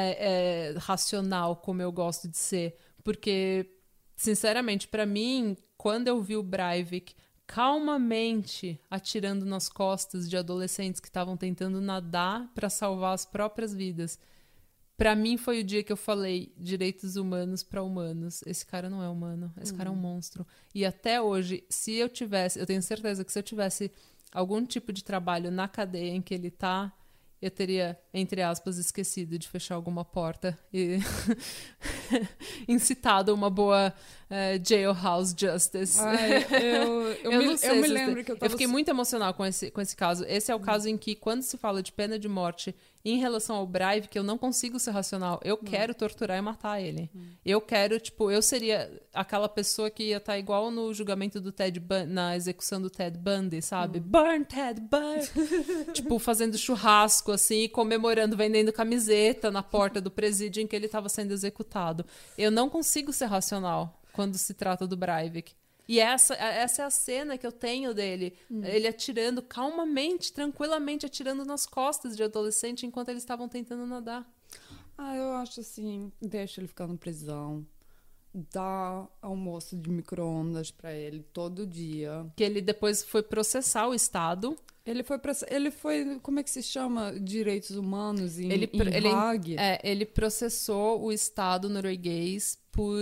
racional como eu gosto de ser. Porque, sinceramente, para mim, quando eu vi o Breivik calmamente atirando nas costas de adolescentes que estavam tentando nadar para salvar as próprias vidas, para mim foi o dia que eu falei direitos humanos para humanos. Esse cara não é humano, esse cara é um monstro. E até hoje, eu tenho certeza que se eu tivesse algum tipo de trabalho na cadeia em que ele tá, eu teria, entre aspas, esquecido de fechar alguma porta e incitado uma boa jailhouse justice. Eu me lembro que eu fiquei muito emocional com esse caso. Esse é o caso em que, quando se fala de pena de morte em relação ao Breivik, eu não consigo ser racional. Eu quero torturar e matar ele. Eu quero, eu seria aquela pessoa que ia estar igual no julgamento do Ted Bundy, na execução do Ted Bundy, sabe? Burn, Ted, burn! Fazendo churrasco, assim, comemorando, vendendo camiseta na porta do presídio em que ele estava sendo executado. Eu não consigo ser racional quando se trata do Breivik. E essa é a cena que eu tenho dele. Ele atirando calmamente, tranquilamente, atirando nas costas de adolescente enquanto eles estavam tentando nadar. Eu acho assim, deixa ele ficar na prisão. Dá almoço de micro-ondas pra ele todo dia. Que ele depois foi processar o Estado. Ele foi, como é que se chama? Direitos humanos em Hague. Ele processou o Estado norueguês por...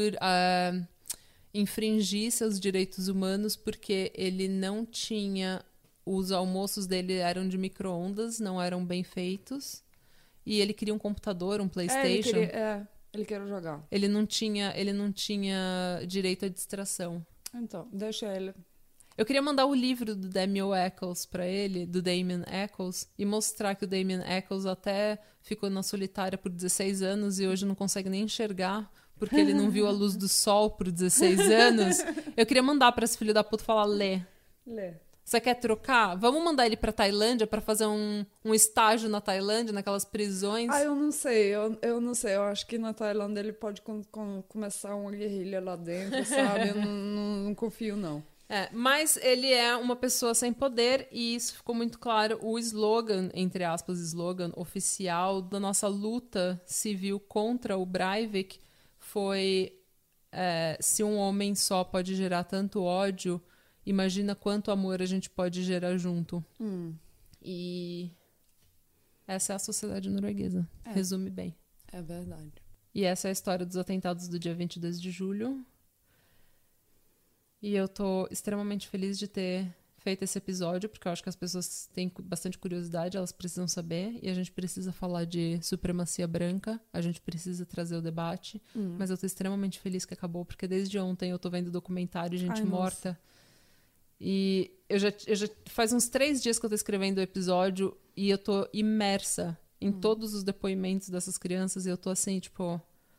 infringir seus direitos humanos porque ele não tinha... Os almoços dele eram de micro-ondas, não eram bem feitos. E ele queria um computador, um PlayStation. Ele queria jogar. Ele não tinha direito à distração. Então, deixa ele... Eu queria mandar o livro do Damien Eccles pra ele, do Damien Eccles, e mostrar que o Damien Eccles até ficou na solitária por 16 anos e hoje não consegue nem enxergar porque ele não viu a luz do sol por 16 anos, eu queria mandar pra esse filho da puta falar, lê. Você quer trocar? Vamos mandar ele pra Tailândia pra fazer um estágio na Tailândia, naquelas prisões? Eu não sei, eu não sei. Eu acho que na Tailândia ele pode começar uma guerrilha lá dentro, sabe? Eu não confio, não. Mas ele é uma pessoa sem poder e isso ficou muito claro. O slogan, entre aspas, slogan oficial da nossa luta civil contra o Breivik foi se um homem só pode gerar tanto ódio, imagina quanto amor a gente pode gerar junto. E essa é a sociedade norueguesa. Resume bem. É verdade. E essa é a história dos atentados do dia 22 de julho. E eu tô extremamente feliz de ter feito esse episódio, porque eu acho que as pessoas têm bastante curiosidade, elas precisam saber, e a gente precisa falar de supremacia branca, a gente precisa trazer o debate, mas eu tô extremamente feliz que acabou, porque desde ontem eu tô vendo documentário, gente morta. Nossa. E eu já faz uns 3 dias que eu tô escrevendo o episódio e eu tô imersa em todos os depoimentos dessas crianças, e eu tô assim, tipo...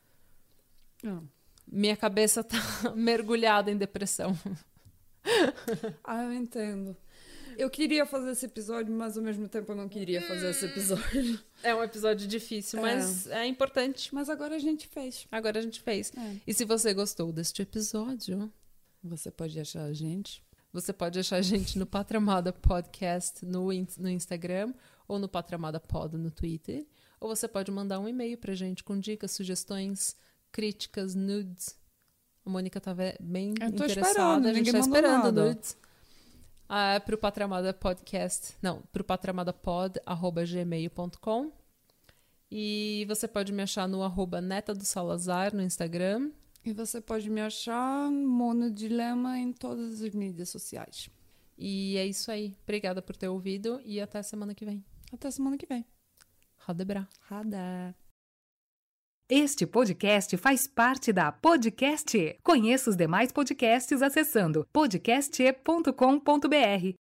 Minha cabeça tá mergulhada em depressão. Eu entendo. Eu queria fazer esse episódio, mas ao mesmo tempo eu não queria fazer esse episódio. É um episódio difícil, mas é importante. Mas agora a gente fez. E se você gostou deste episódio... Você pode achar a gente... Você pode achar a gente no Pátria Amada Podcast no Instagram ou no Pátria Amada Pod no Twitter. Ou você pode mandar um e-mail pra gente com dicas, sugestões... críticas, nudes. A Mônica tá bem interessada. A gente tá esperando nudes. Pro Pátria Amada Podcast. Não, pro patriamadapod@gmail.com. E você pode me achar no @Neta do Salazar no Instagram. E você pode me achar Monodilema em todas as mídias sociais. E é isso aí. Obrigada por ter ouvido e até semana que vem. Até semana que vem. Ha det bra. Ha det. Este podcast faz parte da Podcast E. Conheça os demais podcasts acessando podcast.com.br.